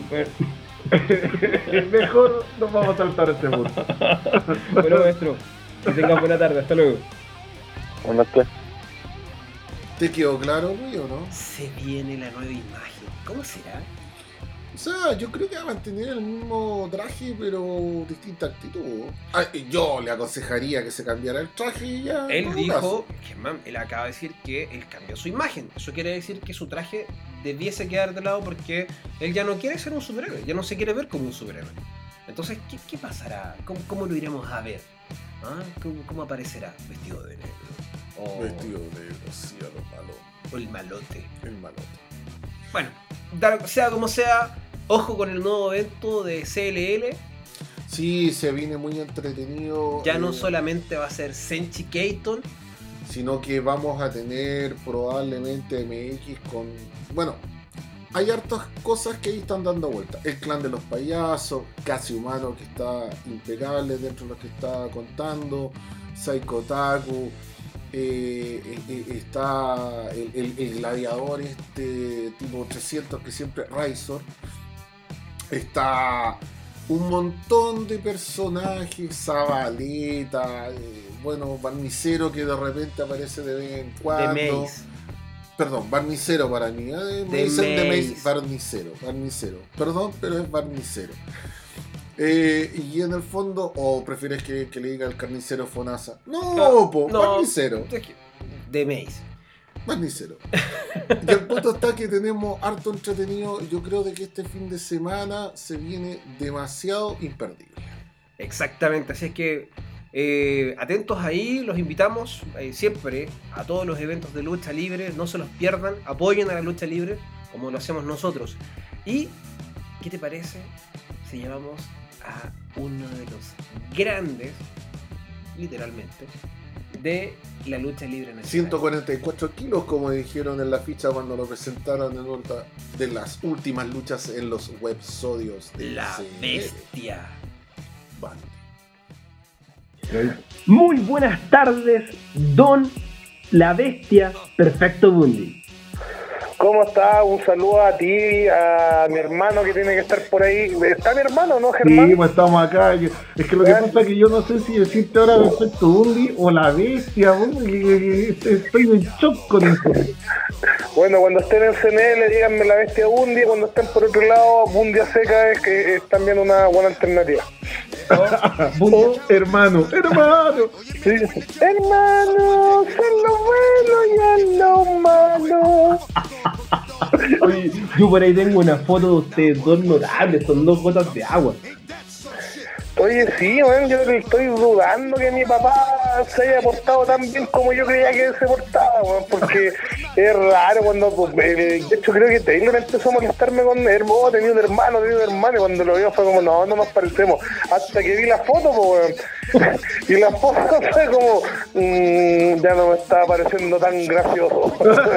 mejor nos vamos a saltar este mundo. Bueno, maestro, que tengas buena tarde. Hasta luego. Buenas tardes. ¿Te quedó claro, güey, o no? Se viene la nueva imagen. ¿Cómo será? O sea, yo creo que va a mantener el mismo traje, pero distinta actitud. Yo le aconsejaría que se cambiara el traje y ya. Él por un dijo, caso. Germán, él acaba de decir que él cambió su imagen. Eso quiere decir que su traje debiese quedar de lado porque él ya no quiere ser un superhéroe, ya no se quiere ver como un superhéroe. Entonces, ¿qué pasará? ¿Cómo lo iremos a ver? ¿Ah? ¿Cómo aparecerá? ¿Vestido de negro? Vestido de negro, sí, a lo malo. O el malote. El malote. Bueno, sea como sea, ojo con el nuevo evento de CLL. Sí, se viene muy entretenido. Ya no solamente va a ser Senchi Keaton, sino que vamos a tener probablemente MX con... Bueno, hay hartas cosas que ahí están dando vuelta. El clan de los payasos, Casi Humano, que está impecable dentro de lo que está contando, Psycho Taku, está el gladiador tipo 300 que siempre Razor, está un montón de personajes, Zabaleta, bueno, Barnicero que de repente aparece de vez en cuando. de Mace. Perdón, Barnicero para mí. Me dicen de Mace, Barnicero. Perdón, pero es Barnicero. Y en el fondo, ¿o prefieres que le diga el carnicero Fonasa? No, Barnicero. De Mace. Barnicero. Y el punto está que tenemos harto entretenido. Yo creo de que este fin de semana se viene demasiado imperdible. Exactamente, así es que atentos ahí, los invitamos siempre a todos los eventos de lucha libre, no se los pierdan, apoyen a la lucha libre como lo hacemos nosotros. ¿Y qué te parece si llevamos a uno de los grandes, literalmente, de la lucha libre nacional? 144 kilos, como dijeron en la ficha cuando lo presentaron en una de las últimas luchas en los websodios de La Bestia. Vale. Muy buenas tardes, Don La Bestia Perfecto Bundy. ¿Cómo estás? Un saludo a ti, a mi hermano que tiene que estar por ahí. ¿Está mi hermano, no, Germán? Sí, pues estamos acá. Es que lo que pasa es que yo no sé si decirte ahora Perfecto Bundy o la bestia, estoy en shock con eso. Bueno, cuando estén en CNL, díganme la bestia Bundy. Cuando estén por otro lado, Bundy a seca es también una buena alternativa. Oh, hermano. Sí. Hermanos, en lo bueno y en lo malo. Oye, yo por ahí tengo una foto de ustedes dos notables, son 2 gotas de agua. Oye, sí, man, yo estoy dudando que mi papá se haya portado tan bien como yo creía que él se portaba, man, porque es raro cuando, de hecho creo que Taylor empezó a molestarme con tenía un hermano, y cuando lo vio fue como, no nos parecemos, hasta que vi la foto, pues, y la foto fue como, ya no me estaba pareciendo tan gracioso.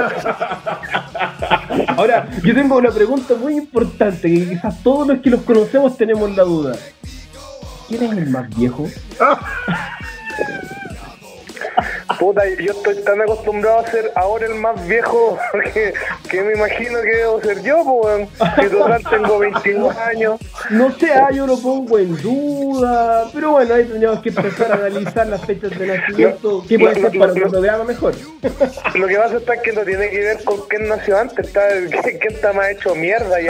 Ahora, yo tengo una pregunta muy importante, que quizás todos los que los conocemos tenemos la duda. ¿Quién es el más viejo? Puta, yo estoy tan acostumbrado a ser ahora el más viejo que me imagino que debo ser yo, pues, que total tengo 22 años. No sé, yo lo pongo en duda, pero bueno, ahí tendríamos que empezar a analizar las fechas de nacimiento, qué puede ser para un programa mejor. Lo que pasa es que no tiene que ver con quién nació antes, quién está más hecho mierda, y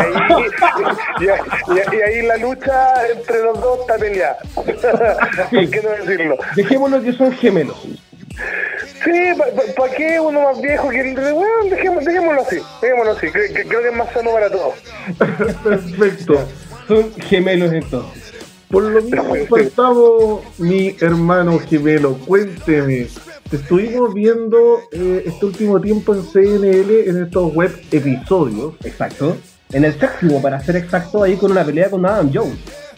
ahí la lucha entre los dos está peleada. ¿Por qué no decirlo? Dejémoslo que son gemelos. Sí, ¿para qué uno más viejo que el de bueno? Dejémoslo así. Creo que es más sano para todos. Perfecto. Son gemelos entonces. Por lo mismo faltaba mi hermano gemelo. Cuénteme. Te estuvimos viendo este último tiempo en CNL en estos web episodios. Exacto. En el 7º, para ser exacto, ahí con una pelea con Adam Jones.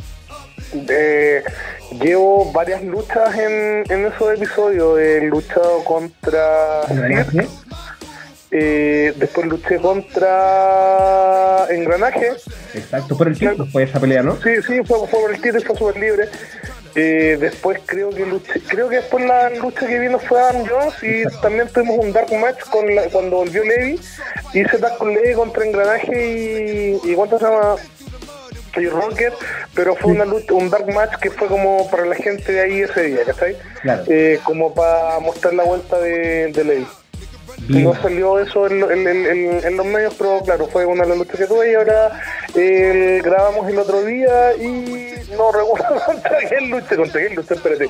Llevo varias luchas en esos episodios. He luchado contra ¿Engranaje? Después luché contra Engranaje. Exacto, por el título fue esa pelea, ¿no? Sí, fue por el título y fue súper libre. Después creo que después la lucha que vino fue Adam Jones y también tuvimos un dark match cuando volvió Levi. Hice tag con Levi contra Engranaje y ¿cuánto se llama? Y Rocket, pero fue una lucha, un dark match que fue como para la gente de ahí ese día, ¿cachai? Claro. Como para mostrar la vuelta de Levi. No salió eso en los medios, pero claro, fue una de las luchas que tuve y ahora grabamos el otro día y no recuerdo contra quién luché, espérate.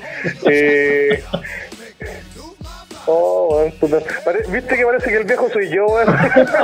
Viste que parece que el viejo soy yo, weón.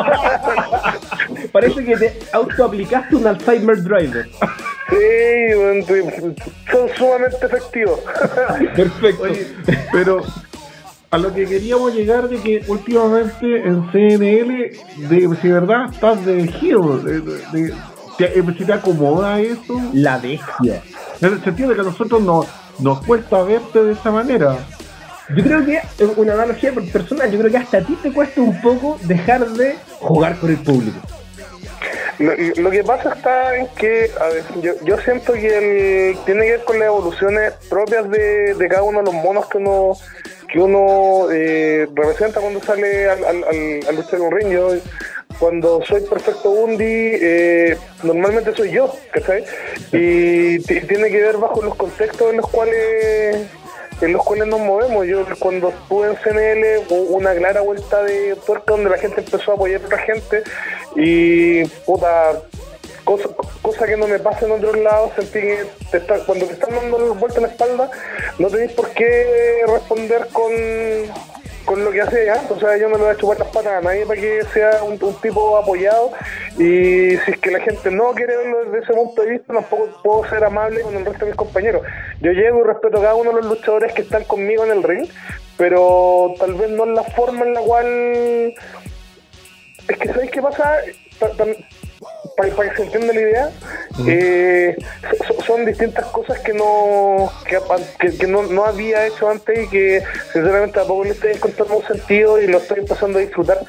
Parece que te autoaplicaste un Alzheimer Driver. Sí, weón, son sumamente efectivos. Perfecto. Oye, pero a lo que queríamos llegar de que últimamente en CNL, si verdad estás de heel, si te acomoda eso. La bestia. En el sentido de que a nosotros nos cuesta verte de esa manera. Yo creo que, una analogía personal, yo creo que hasta a ti te cuesta un poco dejar de jugar con el público. Lo que pasa está en que, a ver, yo siento que tiene que ver con las evoluciones propias de cada uno de los monos que uno representa cuando sale al luchar en un ring. Yo, cuando soy Perfecto Bundy, normalmente soy yo, ¿cachai? Y tiene que ver bajo los contextos en los cuales nos movemos. Yo cuando estuve en CNL hubo una clara vuelta de tuerca donde la gente empezó a apoyar a otra gente y puta, cosa que no me pasa en otros lados. Sentí que cuando te están dando vuelta en la espalda no tenés por qué responder con lo que hace antes. O sea, yo no le voy a chupar las patas a nadie para que sea un tipo apoyado, y si es que la gente no quiere verlo desde ese punto de vista, tampoco puedo ser amable con el resto de mis compañeros. Yo llego y respeto a cada uno de los luchadores que están conmigo en el ring, pero tal vez no en la forma en la cual... Es que ¿sabéis qué pasa? Para que se entienda la idea, son distintas cosas que no había hecho antes y que sinceramente tampoco le estoy encontrando un sentido y lo estoy empezando a disfrutar.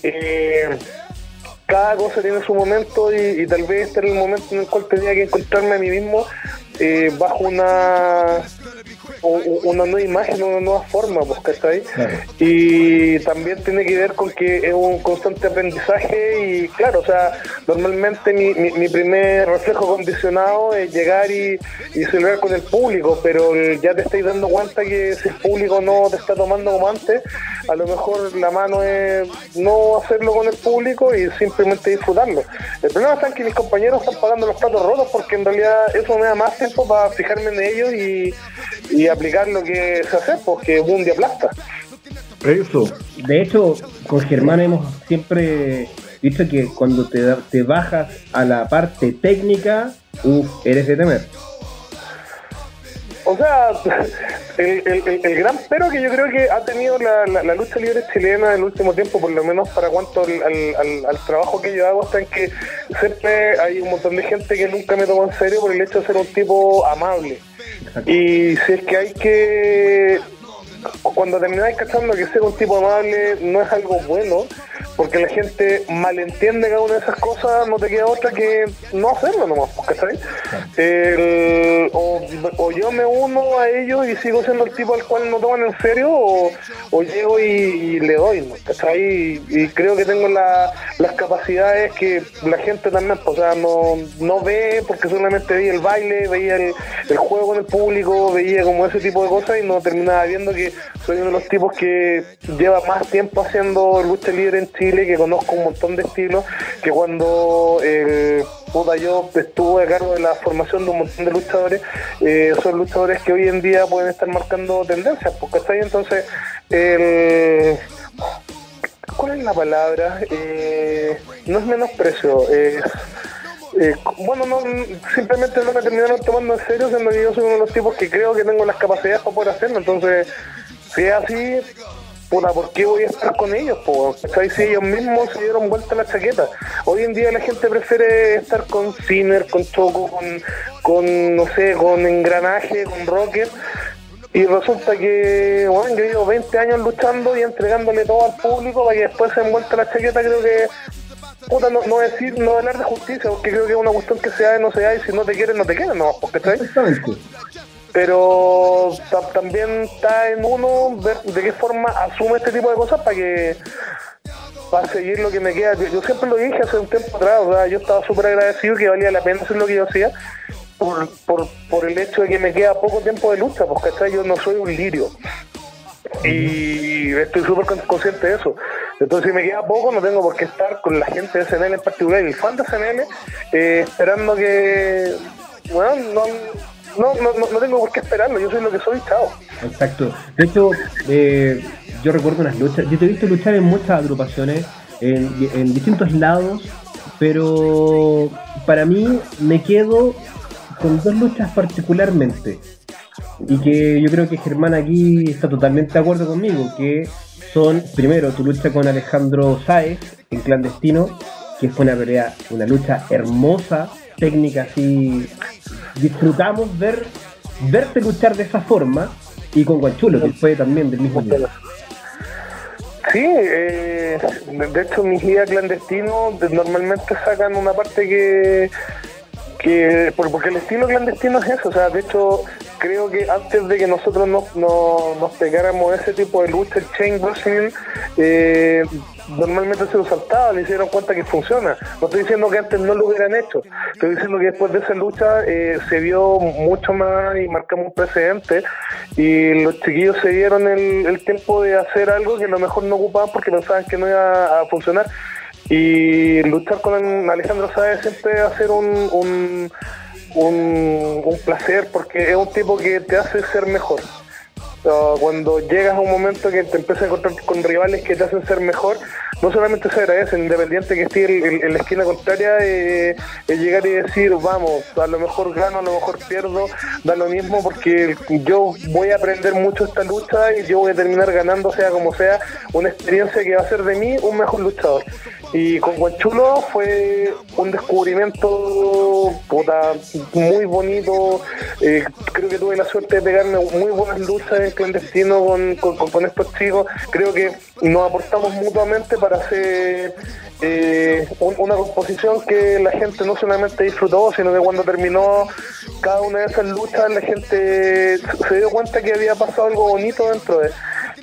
Cada cosa tiene su momento y tal vez este era el momento en el cual tenía que encontrarme a mí mismo bajo una nueva imagen, una nueva forma, pues, ¿cachai? Claro. Y también tiene que ver con que es un constante aprendizaje y claro, o sea, normalmente mi primer reflejo condicionado es llegar y celebrar con el público, pero ya te estáis dando cuenta que si el público no te está tomando como antes, a lo mejor la mano es no hacerlo con el público y simplemente disfrutarlo. El problema está en que mis compañeros están pagando los platos rotos porque en realidad eso me da más tiempo para fijarme en ellos y aplicar lo que se hace, porque un día aplasta. Eso. De hecho, con Germán hemos siempre dicho que cuando te bajas a la parte técnica, eres de temer. O sea, el gran pero que yo creo que ha tenido la lucha libre chilena en el último tiempo, por lo menos para cuanto al trabajo que yo hago, está en que siempre hay un montón de gente que nunca me toma en serio por el hecho de ser un tipo amable. Y si es que hay que... Cuando termináis cachando que ser un tipo amable no es algo bueno, porque la gente malentiende cada una de esas cosas, no te queda otra que no hacerlo nomás, ¿cachai? O yo me uno a ellos y sigo siendo el tipo al cual no toman en serio, o llego y le doy, ¿no? ¿Cachai? Y creo que tengo las capacidades que la gente también, o sea, no ve, porque solamente veía el baile, veía el juego con el público, veía como ese tipo de cosas y no terminaba viendo que soy uno de los tipos que lleva más tiempo haciendo lucha libre en Chile, que conozco un montón de estilos, que cuando yo estuve a cargo de la formación de un montón de luchadores, son luchadores que hoy en día pueden estar marcando tendencias, porque está ahí. Entonces, ¿cuál es la palabra? No es menosprecio, bueno, simplemente no me terminaron tomando en serio, siendo que yo soy uno de los tipos que creo que tengo las capacidades para poder hacerlo. Entonces, si es así, puta, ¿por qué voy a estar con ellos? ¿Sabes? Si ellos mismos se dieron vuelta la chaqueta. Hoy en día la gente prefiere estar con Sinner, con Choco, con no sé, con Engranaje, con Rocket. Y resulta que, bueno, yo llevo 20 años luchando y entregándole todo al público para que después se den vuelta la chaqueta. Creo que, puta, no hablar de justicia, porque creo que es una cuestión que se da y no se da, y si no te quieren, no te quieren, no, porque está ahí. Exactamente. Pero también está en uno ver de qué forma asume este tipo de cosas para seguir lo que me queda. Yo siempre lo dije hace un tiempo atrás, o sea, yo estaba súper agradecido que valía la pena hacer lo que yo hacía por el hecho de que me queda poco tiempo de lucha, porque ¿cachai? Yo no soy un lirio. Y estoy súper consciente de eso. Entonces, si me queda poco, no tengo por qué estar con la gente de SNL en particular y el fan de SNL esperando que, bueno, no tengo por qué esperarlo. Yo soy lo que soy, chao. Exacto. De hecho, yo recuerdo unas luchas. Yo te he visto luchar en muchas agrupaciones, en distintos lados, pero para mí me quedo con dos luchas particularmente. Y que yo creo que Germán aquí está totalmente de acuerdo conmigo, que son, primero, tu lucha con Alejandro Sáez en Clandestino, que fue una lucha hermosa, técnica, así disfrutamos verte luchar de esa forma, y con Guanchulo, que fue también del mismo nivel. Sí, de hecho mis guías clandestinos normalmente sacan una parte que porque el estilo clandestino es eso, o sea, de hecho creo que antes de que nosotros nos pegáramos ese tipo de lucha, el chain wrestling normalmente se lo saltaba, le hicieron cuenta que funciona. No estoy diciendo que antes no lo hubieran hecho, estoy diciendo que después de esa lucha se vio mucho más y marcamos un precedente, y los chiquillos se dieron el tiempo de hacer algo que a lo mejor no ocupaban porque pensaban que no iba a funcionar. Y luchar con Alejandro Sáez siempre va a ser un placer, porque es un tipo que te hace ser mejor. Cuando llegas a un momento que te empiezas a encontrar con rivales que te hacen ser mejor, no solamente se agradece, independiente que esté en la esquina contraria, es llegar y decir, vamos, a lo mejor gano, a lo mejor pierdo, da lo mismo, porque yo voy a aprender mucho esta lucha y yo voy a terminar ganando, sea como sea, una experiencia que va a hacer de mí un mejor luchador. Y con Guanchulo fue un descubrimiento muy bonito. Creo que tuve la suerte de pegarme muy buenas luchas en clandestino con estos chicos. Creo que nos aportamos mutuamente para hacer una composición que la gente no solamente disfrutó, sino que cuando terminó cada una de esas luchas la gente se dio cuenta que había pasado algo bonito dentro de.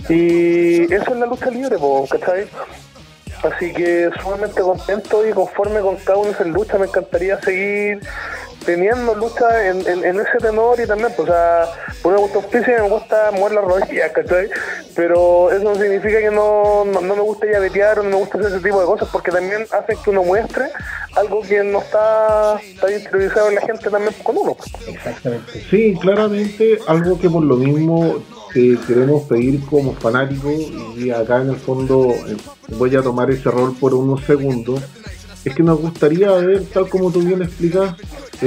Y eso es la lucha libre, ¿cachai? Así que sumamente contento y conforme con cada una de esas luchas. Me encantaría seguir teniendo luchas en ese tenor y también, pues, o sea, por una cuestión física me gusta mover las rodillas, ¿cachai? Pero eso no significa que no me guste llavetear o no me gusta hacer ese tipo de cosas, porque también hace que uno muestre algo que no está interiorizado en la gente también con uno. Exactamente. Sí, claramente algo que por lo mismo queremos pedir como fanáticos, y acá en el fondo voy a tomar ese rol por unos segundos, es que nos gustaría ver, tal como tú bien explicas,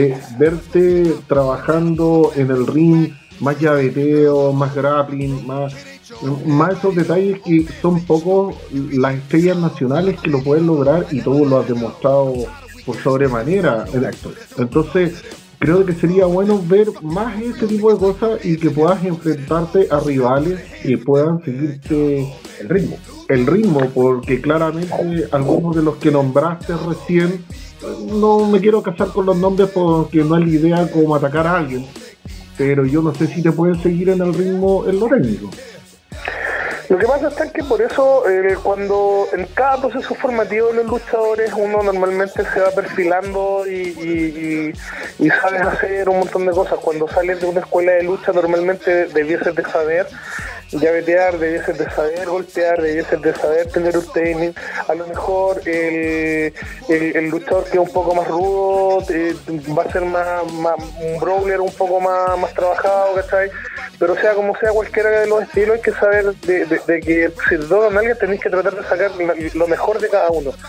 verte trabajando en el ring, más llaveteo, más grappling, más esos detalles que son pocos las estrellas nacionales que lo pueden lograr, y todo lo has demostrado por sobremanera. Exacto. Entonces creo que sería bueno ver más ese tipo de cosas y que puedas enfrentarte a rivales que puedan seguirte el ritmo, porque claramente algunos de los que nombraste recién, no me quiero casar con los nombres porque no es la idea como atacar a alguien, pero yo no sé si te pueden seguir en el ritmo en lo técnico. Lo que pasa es que por eso cuando en cada proceso formativo de los luchadores uno normalmente se va perfilando y sabes hacer un montón de cosas. Cuando sales de una escuela de lucha normalmente debieses de saber llavetear, debieses de saber golpear, debieses de saber tener un timing. A lo mejor el luchador que es un poco más rudo va a ser más un brawler un poco más trabajado, ¿cachai? Pero sea como sea cualquiera de los estilos, hay que saber de que si te tocan a alguien tenéis que tratar de sacar lo mejor de cada uno.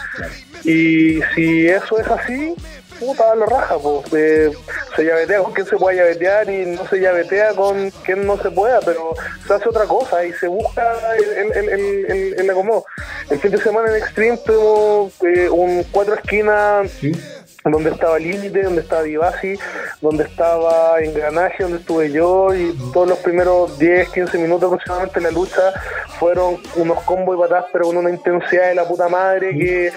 Y si eso es así, puta, lo raja, pues. Se llavetea con quien se pueda llavetear y no se llavetea con quien no se pueda, pero se hace otra cosa y se busca el acomodo. El fin de semana en Extreme tuvimos un 4 esquinas. ¿Sí? Donde estaba Límite, donde estaba Divasi, donde estaba Engranaje, donde estuve yo, y todos los primeros 10-15 minutos aproximadamente de la lucha fueron unos combos y patadas, pero con una intensidad de la puta madre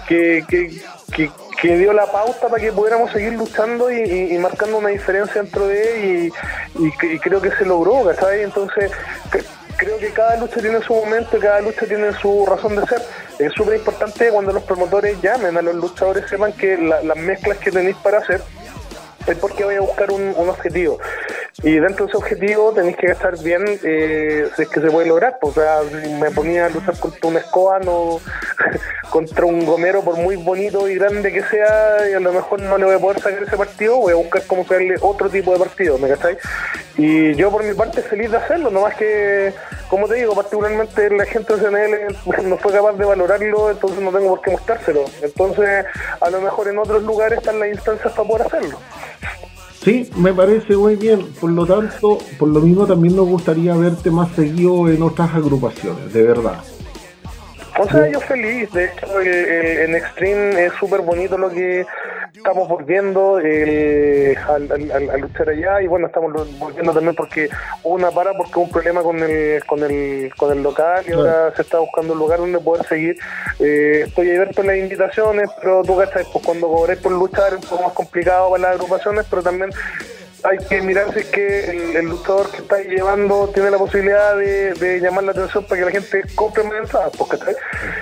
que dio la pauta para que pudiéramos seguir luchando y marcando una diferencia dentro de él, y creo que se logró, ¿sabes? Entonces creo que cada lucha tiene su momento y cada lucha tiene su razón de ser. Es súper importante cuando los promotores llamen a los luchadores, sepan que las mezclas que tenéis para hacer es porque vais a buscar un objetivo. Y dentro de ese objetivo tenéis que estar bien, si es que se puede lograr. Pues, o sea, si me ponía a luchar contra un escoba, contra un gomero, por muy bonito y grande que sea, y a lo mejor no le voy a poder sacar ese partido, voy a buscar cómo sacarle otro tipo de partido, ¿me cachai? Y yo por mi parte feliz de hacerlo, nomás que, como te digo, particularmente la gente de CNL no fue capaz de valorarlo, entonces no tengo por qué mostrárselo. Entonces, a lo mejor en otros lugares están las instancias para poder hacerlo. Sí, me parece muy bien. Por lo tanto, por lo mismo también nos gustaría verte más seguido en otras agrupaciones, de verdad. O sea, yo feliz. De hecho, en Extreme es súper bonito lo que estamos volviendo al luchar allá, y bueno, estamos volviendo también porque hubo una porque hubo un problema con el local, y ahora se está buscando un lugar donde poder seguir. Estoy abierto en las invitaciones, pero tú cachai, pues cuando cobré por luchar es un poco más complicado para las agrupaciones, pero también hay que mirar si es que el luchador que está llevando tiene la posibilidad de llamar la atención para que la gente compre más entradas, ¿cachai?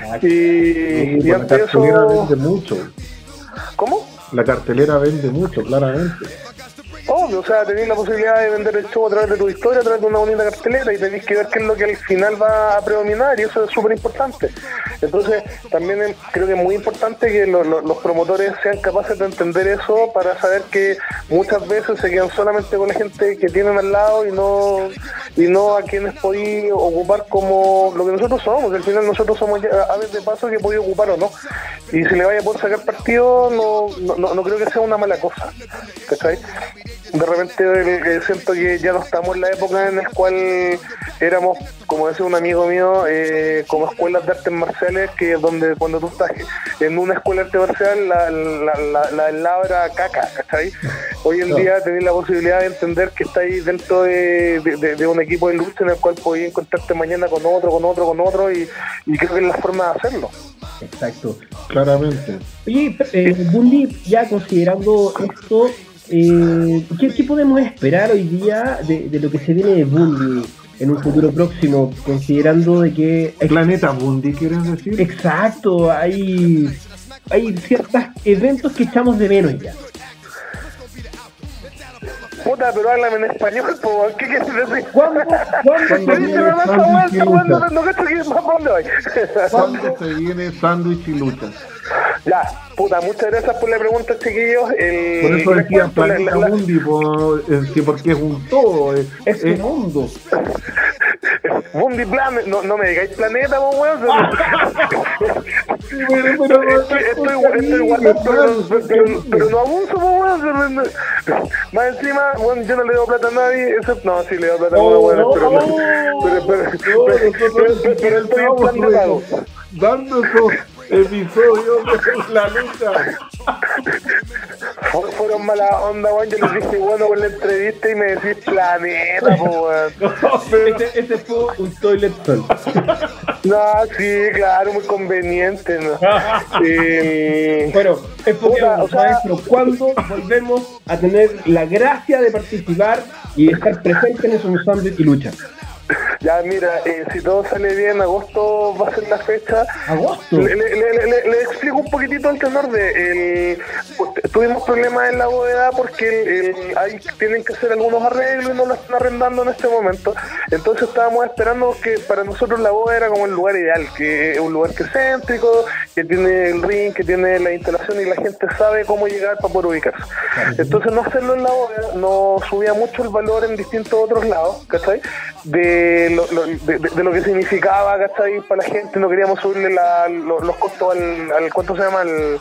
Y ante eso vende mucho. ¿Cómo? La cartelera vende mucho, claramente. Obvio, o sea, tenéis la posibilidad de vender el show a través de tu historia, a través de una bonita cartelera, y tenéis que ver qué es lo que al final va a predominar, y eso es súper importante. Entonces, también creo que es muy importante que los promotores sean capaces de entender eso, para saber que muchas veces se quedan solamente con la gente que tienen al lado y no a quienes podéis ocupar como lo que nosotros somos. Al final nosotros somos aves de paso que podéis ocupar o no. Y si le vaya a poder sacar partido, no creo que sea una mala cosa, ¿cachai? de repente siento que ya no estamos en la época en la cual éramos, como decía un amigo mío, como escuelas de artes marciales, que donde cuando tú estás en una escuela de arte marcial la labra caca, ¿cachai? Hoy en día tenés la posibilidad de entender que estáis dentro de un equipo de lucha en el cual podéis encontrarte mañana con otro y creo que es la forma de hacerlo. Exacto. Claramente. Oye, Bundy, ya considerando esto, ¿qué podemos esperar hoy día de lo que se viene de Bundy en un futuro próximo, considerando de que... Planeta Bundy, ¿quieres decir? Exacto, hay ciertos eventos que echamos de menos ya. Puta, pero háblame en español, po. ¿Qué quieres decir? ¿Cuándo se viene sándwich y luchas? Ya, puta, muchas gracias por la pregunta, chiquillos. Por eso decía Planeta Bundy, porque es un todo. Es un mundo. Bundy Planet, no me digáis planeta, po, weón. Estoy guardando, pero no abuso, po, weón. Más encima, bueno, yo no le doy plata a nadie, no, sí le doy plata a una buena, pero estoy en plan de pago. Dando esos episodios de la lucha. Fueron mala onda, weón. Yo les dije bueno con la entrevista y me decís planeta, po, weón. Ese fue un toilet sol. No, sí, claro, muy conveniente, ¿no? Bueno, es porque, maestro, ¿cuándo volvemos a tener la gracia de participar y de estar presentes en esos sándwich y lucha? Ya, mira, si todo sale bien, agosto va a ser la fecha. ¿Agosto? Le explico un poquitito el tenor de... tuvimos problemas en la bóveda porque ahí tienen que hacer algunos arreglos y no lo están arrendando en este momento. Entonces estábamos esperando que para nosotros la bóveda era como el lugar ideal, que es un lugar que es céntrico, que tiene el ring, que tiene la instalación y la gente sabe cómo llegar para poder ubicarse. Entonces no hacerlo en la bóveda nos subía mucho el valor en distintos otros lados, ¿cachai? De lo que significaba, ¿cachai? Para la gente, no queríamos subirle los costos al ¿cuánto se llama?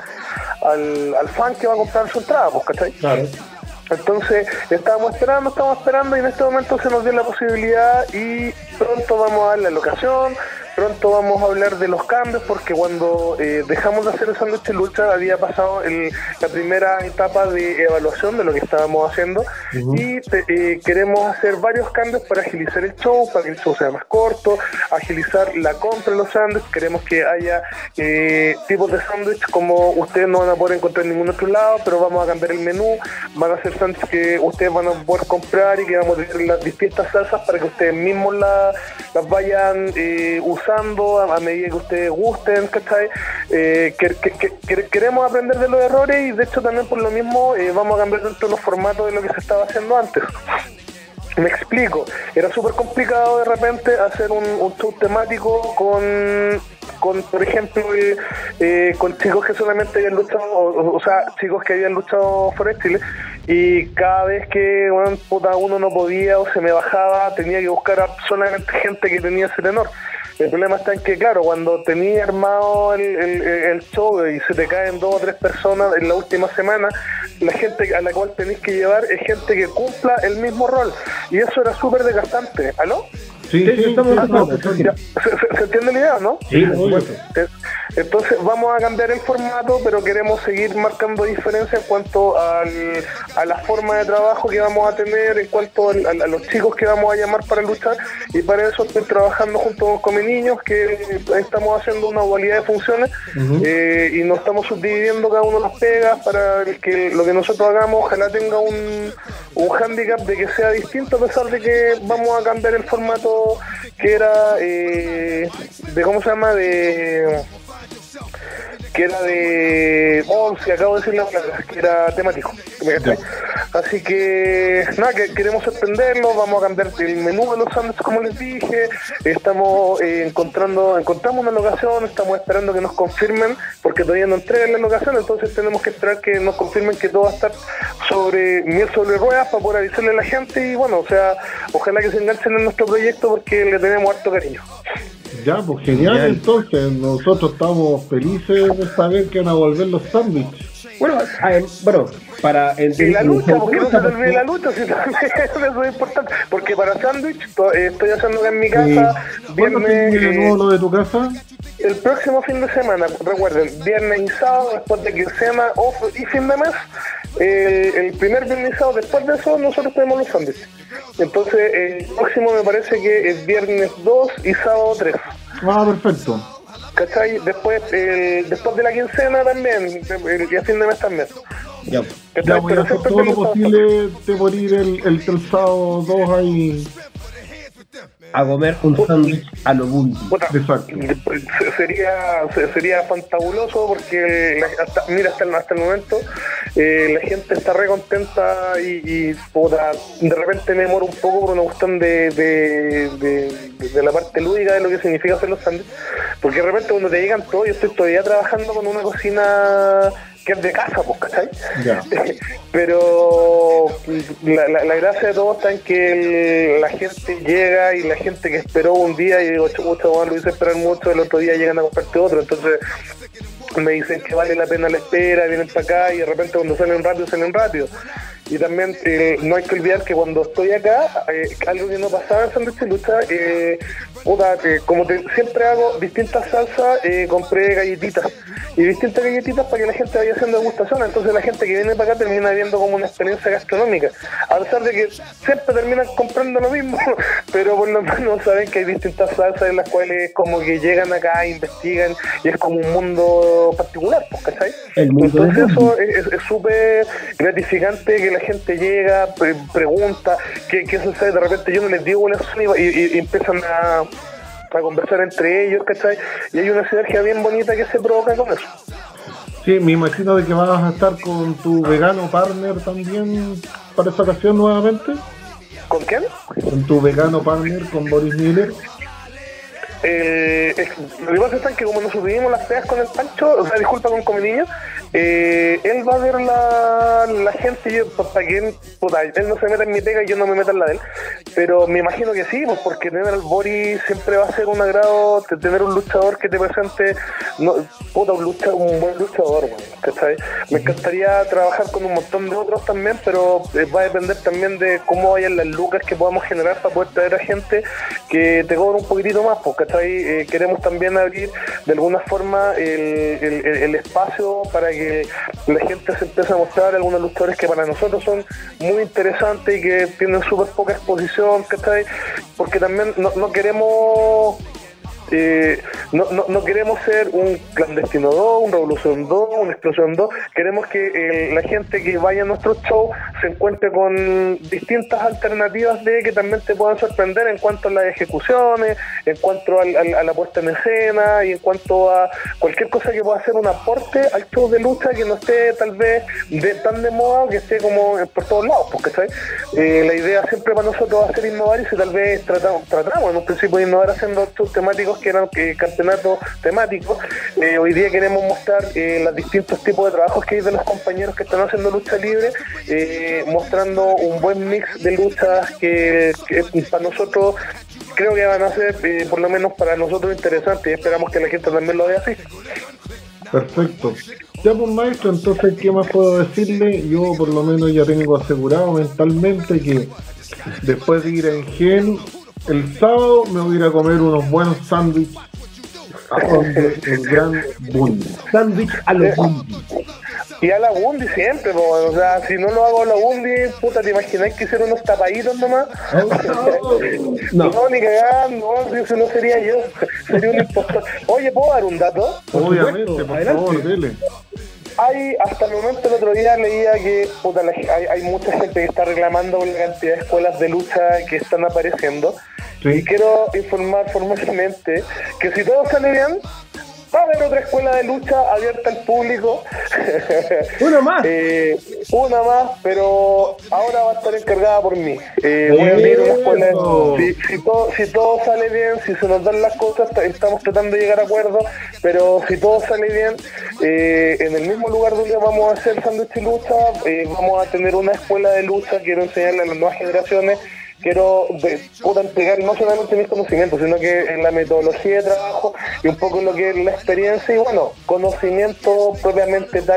Al fan que va a comprar su entrada, pues, ¿cachai? Claro. Entonces estábamos esperando y en este momento se nos dio la posibilidad y pronto vamos a dar la locación, pronto vamos a hablar de los cambios porque cuando dejamos de hacer el sándwich de lucha había pasado la primera etapa de evaluación de lo que estábamos haciendo y queremos hacer varios cambios para agilizar el show, para que el show sea más corto, agilizar la compra de los sándwiches. Queremos que haya tipos de sándwich como ustedes no van a poder encontrar en ningún otro lado, pero vamos a cambiar el menú, van a ser sándwiches que ustedes van a poder comprar y que vamos a tener las distintas salsas para que ustedes mismos las vayan usando a medida que ustedes gusten, ¿cachai? Queremos aprender de los errores y de hecho también por lo mismo vamos a cambiar dentro de los formatos de lo que se estaba haciendo antes. Me explico, era súper complicado de repente hacer un show temático con por ejemplo, con chicos que solamente habían luchado, o sea, chicos que habían luchado fuera de Chile, y cada vez que uno no podía o se me bajaba, tenía que buscar solamente gente que tenía ese tenor. El problema está en que, claro, cuando tenía armado el show y se te caen 2 o 3 personas en la última semana, la gente a la cual tenés que llevar es gente que cumpla el mismo rol. Y eso era súper desgastante. ¿Aló? Sí, estamos ¿Se entiende la idea, no? Sí, bueno, entonces vamos a cambiar el formato, pero queremos seguir marcando diferencias en cuanto a la forma de trabajo que vamos a tener, en cuanto a los chicos que vamos a llamar para luchar, y para eso estoy trabajando junto con mis niños, que estamos haciendo una dualidad de funciones y nos estamos subdividiendo cada uno las pegas para que lo que nosotros hagamos ojalá tenga un hándicap de que sea distinto, a pesar de que vamos a cambiar el formato que era ¿cómo se llama? Si acabo de decir la palabra, que era temático. Así que nada, que queremos sorprenderlos, vamos a cambiar el menú de los sándwiches como les dije, estamos encontramos una locación, estamos esperando que nos confirmen, porque todavía no entregan la locación, entonces tenemos que esperar que nos confirmen que todo va a estar miel sobre ruedas para poder avisarle a la gente y bueno, o sea, ojalá que se enganchen en nuestro proyecto porque le tenemos harto cariño. Ya, pues genial. Entonces nosotros estamos felices de saber que van a volver los sándwiches. Bueno, para Y la lucha, porque no se te olvide la lucha, si también eso es importante. Porque para sándwich estoy haciendo acá en mi casa, ¿Cuándo viernes, de nuevo lo de tu casa? el próximo fin de semana, recuerden, viernes y sábado, después de quincena y fin de mes, el primer viernes y sábado, después de eso, nosotros tenemos los sándwiches. Entonces, el próximo me parece que es viernes 2 y sábado 3. Ah, perfecto. ¿Cachai? Después de la quincena también, y a fin de mes también. Ya. Ya voy a hacer todo lo posible de morir el sábado 2 ahí. A comer un sándwich a lo Bundy. Exacto. Sería fantabuloso porque hasta el momento la gente está re contenta y puta, de repente me demoro un poco por una cuestión de la parte lúdica de lo que significa hacer los sándwiches, porque de repente cuando te llegan todos, yo estoy todavía trabajando con una cocina que es de casa, pues, ¿cachai? Ya. Pero la gracia de todo está en que la gente llega y la gente que esperó un día y digo, chucha, lo hice esperar mucho, el otro día llegan a comprarte otro, entonces me dicen que vale la pena la espera, vienen para acá y de repente cuando salen rápido. Y también no hay que olvidar que cuando estoy acá, algo que no pasaba en Sándwich Lucha, como siempre hago distintas salsas, compré galletitas y distintas galletitas para que la gente vaya haciendo degustación. Entonces la gente que viene para acá termina viendo como una experiencia gastronómica, a pesar de que siempre terminan comprando lo mismo, pero por lo menos saben que hay distintas salsas en las cuales como que llegan acá, investigan y es como un mundo particular, pues, ¿cachai? Entonces eso es súper gratificante, que la gente llega, pregunta qué sucede, de repente yo no les digo la razón y empiezan a conversar entre ellos, ¿cachai? Y hay una sinergia bien bonita que se provoca con eso. Sí, me imagino de que vas a estar con tu vegano partner también para esta ocasión nuevamente. ¿Con quién? Con tu vegano partner, con Boris Miller. Lo que pasa es que como nos subimos las pegas con el Pancho, o sea, disculpa, con mi niño, él va a ver la gente, yo, para que él no se meta en mi pega y yo no me meta en la de él, pero me imagino que sí, pues, porque tener al Boris siempre va a ser un agrado, tener un luchador que te presente, un buen luchador, ¿cachai? Me encantaría trabajar con un montón de otros también, pero va a depender también de cómo vayan las lucas que podamos generar para poder traer a gente que te cobre un poquitito más, pues, ¿cachai? Queremos también abrir de alguna forma el espacio para que la gente se empiece a mostrar algunos luchadores que para nosotros son muy interesantes y que tienen súper poca exposición, ¿cachai? Porque también no queremos... no queremos ser un Clandestino 2, un Revolución 2, una Explosión 2. Queremos que la gente que vaya a nuestros shows se encuentre con distintas alternativas de que también te puedan sorprender en cuanto a las ejecuciones, en cuanto a la puesta en escena y en cuanto a cualquier cosa que pueda hacer un aporte al show de lucha que no esté tal vez tan de moda, que esté como por todos lados, porque ¿sabes? La idea siempre para nosotros va a ser innovar, y si tal vez tratamos en un principio de innovar haciendo shows temáticos que eran campeonatos temáticos, hoy día queremos mostrar los distintos tipos de trabajos que hay de los compañeros que están haciendo lucha libre, mostrando un buen mix de luchas que para nosotros creo que van a ser, por lo menos para nosotros, interesantes, y esperamos que la gente también lo vea así. Perfecto. Ya pues, maestro, entonces, ¿qué más puedo decirle? Yo por lo menos ya tengo asegurado mentalmente que después de ir a Engen el sábado me voy a ir a comer unos buenos sándwiches a donde el gran Bundy. Sándwich a lo Bundy. Y a la Bundy siempre, o sea, si no lo hago a la Bundy, puta, ¿te imagináis que hicieron unos tapaditos nomás? No, ni cagando, no, eso no sería yo, sería un impostor. Oye, ¿puedo dar un dato? Obviamente, por favor, dele. Hasta el momento, el otro día leía que puta, hay mucha gente que está reclamando por la cantidad de escuelas de lucha que están apareciendo. Sí. Y quiero informar formalmente que si todo sale bien, va a haber otra escuela de lucha abierta al público. Una más. Una más, pero ahora va a estar encargada por mí. Voy a abrir una escuela. Si todo sale bien, si se nos dan las cosas, estamos tratando de llegar a acuerdos, pero si todo sale bien, en el mismo lugar donde vamos a hacer sándwich y lucha, vamos a tener una escuela de lucha. Quiero enseñarle a las nuevas generaciones. Quiero entregar no solamente mis conocimientos, sino que en la metodología de trabajo y un poco en lo que es la experiencia y bueno, conocimiento propiamente tal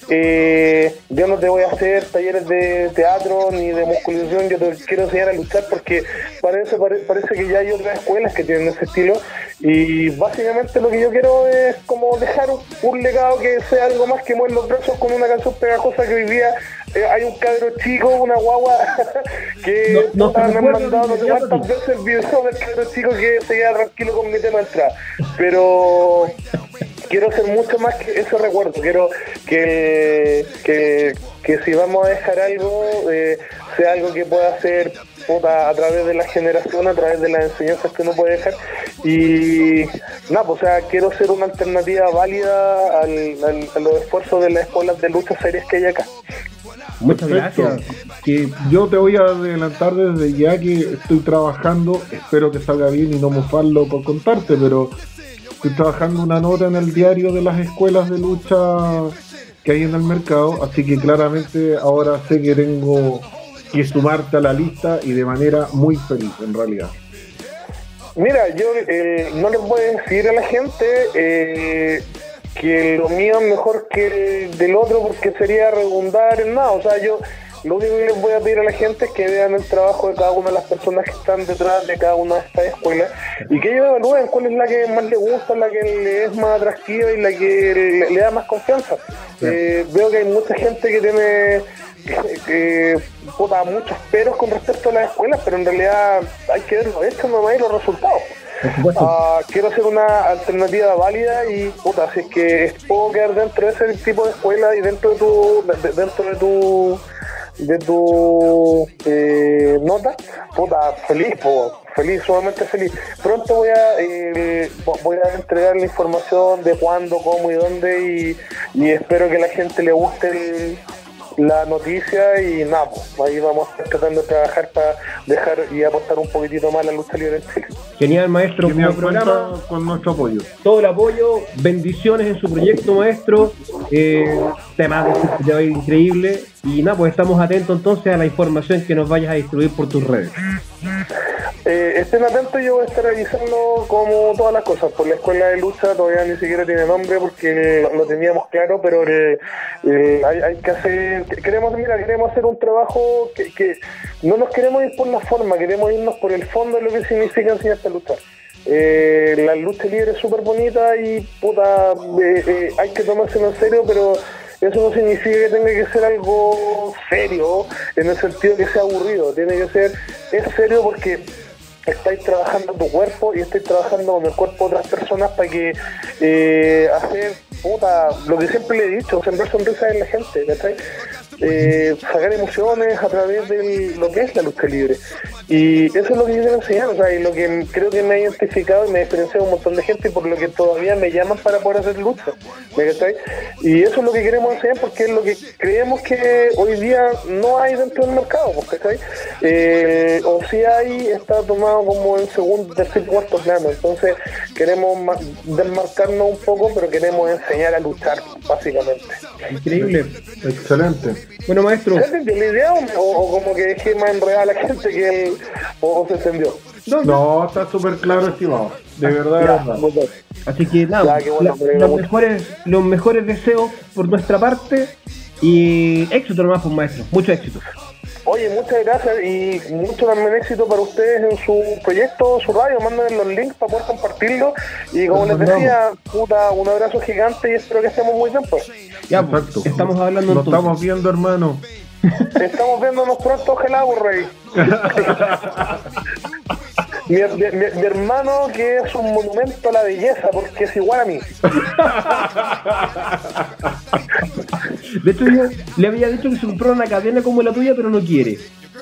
yo no te voy a hacer talleres de teatro ni de musculación, yo te quiero enseñar a luchar porque parece que ya hay otras escuelas que tienen ese estilo y básicamente lo que yo quiero es como dejar un legado que sea algo más que mover los brazos con una canción pegajosa que hoy día hay un cabro chico, una guagua que me han mandado no sé cuántas veces el video del cabro chico que se queda tranquilo con mi tema de entrada, pero quiero hacer mucho más que ese recuerdo, quiero que si vamos a dejar algo, sea algo que pueda ser a través de la generación, a través de las enseñanzas que uno puede dejar y nada, pues, o sea, quiero ser una alternativa válida a los esfuerzos de las escuelas de lucha serias que hay acá. Muchas gracias. Que yo te voy a adelantar desde ya que estoy trabajando, espero que salga bien y no mofarlo por contarte, pero estoy trabajando una nota en el diario de las escuelas de lucha que hay en el mercado, así que claramente ahora sé que tengo que sumarte a la lista y de manera muy feliz en realidad. Mira, yo no les voy a decir a la gente que lo mío es mejor que el del otro porque sería redundar en nada, o sea, yo lo único que les voy a pedir a la gente es que vean el trabajo de cada una de las personas que están detrás de cada una de estas escuelas y que ellos evalúen cuál es la que más les gusta, la que les es más atractiva y la que le da más confianza. Veo que hay mucha gente que tiene muchos peros con respecto a las escuelas, pero en realidad hay que ver los hechos nomás y los resultados. Quiero hacer una alternativa válida y si es que puedo quedar dentro de ese tipo de escuela y dentro de tu nota, feliz, sumamente feliz. Pronto voy a entregar la información de cuándo, cómo y dónde y espero que a la gente le guste la noticia y nada, pues, ahí vamos a estar tratando de trabajar para dejar y aportar un poquitito más a la lucha libre en Chile. Genial, maestro, Genial, como programa, con nuestro apoyo. todo el apoyo, bendiciones en su proyecto, maestro, temas de va a ir increíble y nada, pues estamos atentos entonces a la información que nos vayas a distribuir por tus redes. Estén atentos, yo voy a estar revisando como todas las cosas. Por la escuela de lucha todavía ni siquiera tiene nombre porque lo teníamos claro, pero hay que hacer, queremos hacer un trabajo que no nos queremos ir por la forma, queremos irnos por el fondo de lo que significa enseñarte a luchar. La lucha libre es súper bonita y hay que tomárselo en serio, pero eso no significa que tenga que ser algo serio en el sentido que sea aburrido. Tiene que ser, es serio porque estáis trabajando tu cuerpo y estáis trabajando con el cuerpo de otras personas para que hacer lo que siempre le he dicho, sembrar sonrisas en la gente, ¿cachai? Sacar emociones a través de lo que es la lucha libre y eso es lo que yo quiero enseñar, o sea, y lo que creo que me ha identificado y me ha diferenciado un montón de gente y por lo que todavía me llaman para poder hacer lucha, ¿cachai? Y eso es lo que queremos enseñar porque es lo que creemos que hoy día no hay dentro del mercado, ¿cachai? O si hay, está tomado como en segundo, tercer, cuarto plano, entonces queremos desmarcarnos un poco, pero queremos enseñar a luchar, básicamente. Increíble. Excelente. Bueno, maestro. ¿Se entendió la idea o como que dejé más enredada a la gente que o se entendió? No, está súper claro, estimado. De verdad. Así que nada, bueno, los mejores deseos por nuestra parte y éxito nomás, pues, maestro. Mucho éxito. Oye, muchas gracias y mucho también éxito para ustedes en su proyecto, su radio. Mándenme los links para poder compartirlo. Y como les decía, un abrazo gigante y espero que estemos muy bien, pues. Ya, pues, estamos hablando Nos entonces. estamos viendo, hermano. Estamos viéndonos pronto, ojalá, rey. Mi hermano que es un monumento a la belleza porque es igual a mí. De hecho, yo le había dicho que se compró una cadena como la tuya, pero no quiere.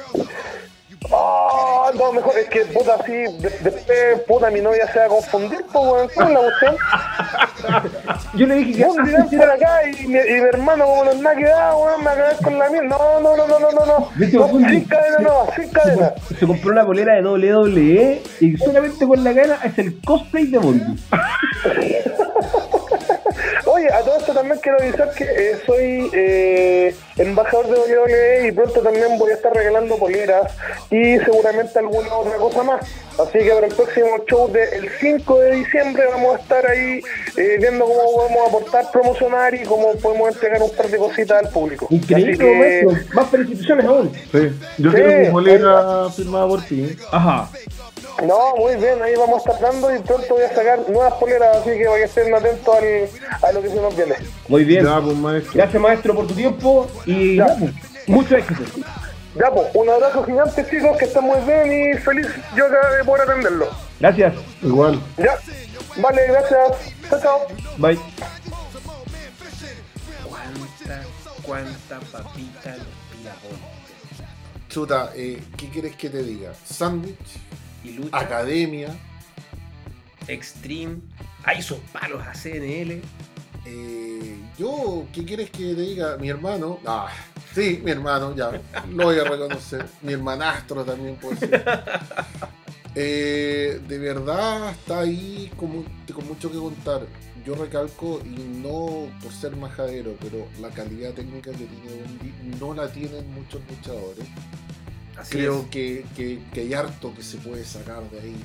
No, mejor es que así, después mi novia se va a confundir, weón, con la cuestión. Yo le dije que ven por acá y mi hermano, como no es nada que da, weón, me va a quedar con la miel. No, sin cadena. Se compró una polera de WWE y solamente con la cadena es el cosplay de Bondi. Oye, a todo esto también quiero avisar que soy embajador de WWE y pronto también voy a estar regalando poleras y seguramente alguna otra cosa más. Así que para el próximo show del 5 de diciembre vamos a estar ahí viendo cómo podemos aportar, promocionar y cómo podemos entregar un par de cositas al público. Increíble, Así que... maestro. Más felicitaciones aún. Sí. Yo quiero mi bolera firmada por ti. Ajá. No, muy bien, ahí vamos a estar dando y pronto voy a sacar nuevas poleras, así que para que estén atentos a lo que se nos viene. Muy bien. Ya, pues, maestro. Gracias, maestro, por tu tiempo y Ya. mucho éxito. Ya, pues, un abrazo gigante, chicos, que estén muy bien y feliz yo acá de poder atenderlo. Gracias. Igual. Ya, vale, gracias. Chao, chao. Bye. ¿Cuánta papita la Bonnie? Chuta, ¿qué quieres que te diga? Sándwich, Y lucha, academia, Extreme, hay esos palos a CNL. yo, ¿qué quieres que te diga? Mi hermano, sí, mi hermano, ya, lo voy a reconocer. Mi hermanastro también puede ser. De verdad está ahí con mucho que contar. Yo recalco, y no por ser majadero, pero la calidad técnica que tiene Bundy no la tienen muchos luchadores. Así Creo es. que hay harto que se puede sacar de ahí.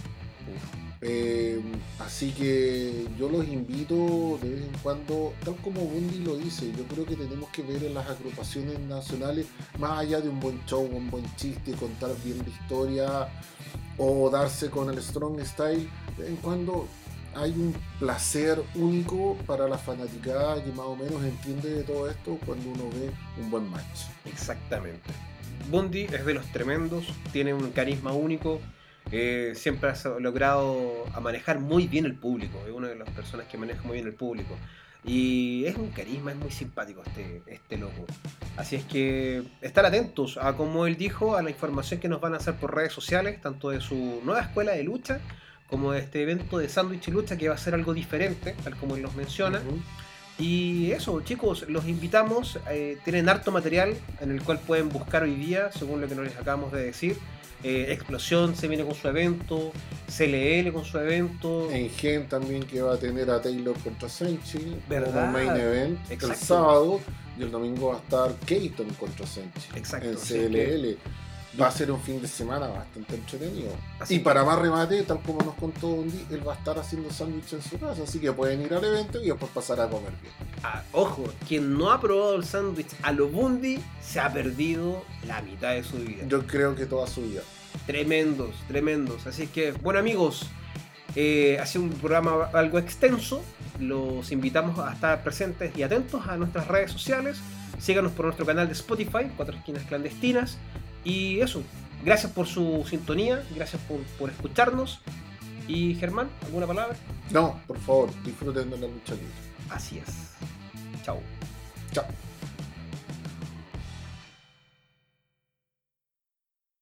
Así que yo los invito de vez en cuando, tal como Bundy lo dice, yo creo que tenemos que ver en las agrupaciones nacionales, más allá de un buen show, un buen chiste, contar bien la historia o darse con el strong style, de vez en cuando hay un placer único para la fanaticada que más o menos entiende de todo esto cuando uno ve un buen match. Exactamente. Bundy es de los tremendos, tiene un carisma único, siempre ha logrado a manejar muy bien el público, es una de las personas que maneja muy bien el público. Y es un carisma, es muy simpático este loco. Así es que estar atentos a, como él dijo, a la información que nos van a hacer por redes sociales, tanto de su nueva escuela de lucha, como de este evento de sándwich y lucha, que va a ser algo diferente, tal como él nos menciona. Ujú. Y eso, chicos, los invitamos. Tienen harto material en el cual pueden buscar hoy día, según lo que nos les acabamos de decir. Explosión se viene con su evento, CLL con su evento. En Gen también, que va a tener a Taylor contra Senchi ¿Verdad? como main event Exacto. el sábado, y el domingo va a estar Keaton contra Senchi Exacto, en así CLL. Va a ser un fin de semana bastante entretenido. Así Y que- para más remate, tal como nos contó Bundy, él va a estar haciendo sándwich en su casa, así que pueden ir al evento y después pasar a comer bien. Ojo, quien no ha probado el sándwich a lo Bundy se ha perdido la mitad de su vida. Yo creo que toda su vida. Tremendos, tremendos. Así que, bueno, amigos, ha sido un programa algo extenso. Los invitamos a estar presentes y atentos a nuestras redes sociales. Síganos por nuestro canal de Spotify, Cuatro Esquinas Clandestinas. Y eso, gracias por su sintonía, gracias por escucharnos. Y Germán, ¿alguna palabra? No, por favor, disfruten de la lucha libre. Así es. Chao. Chao.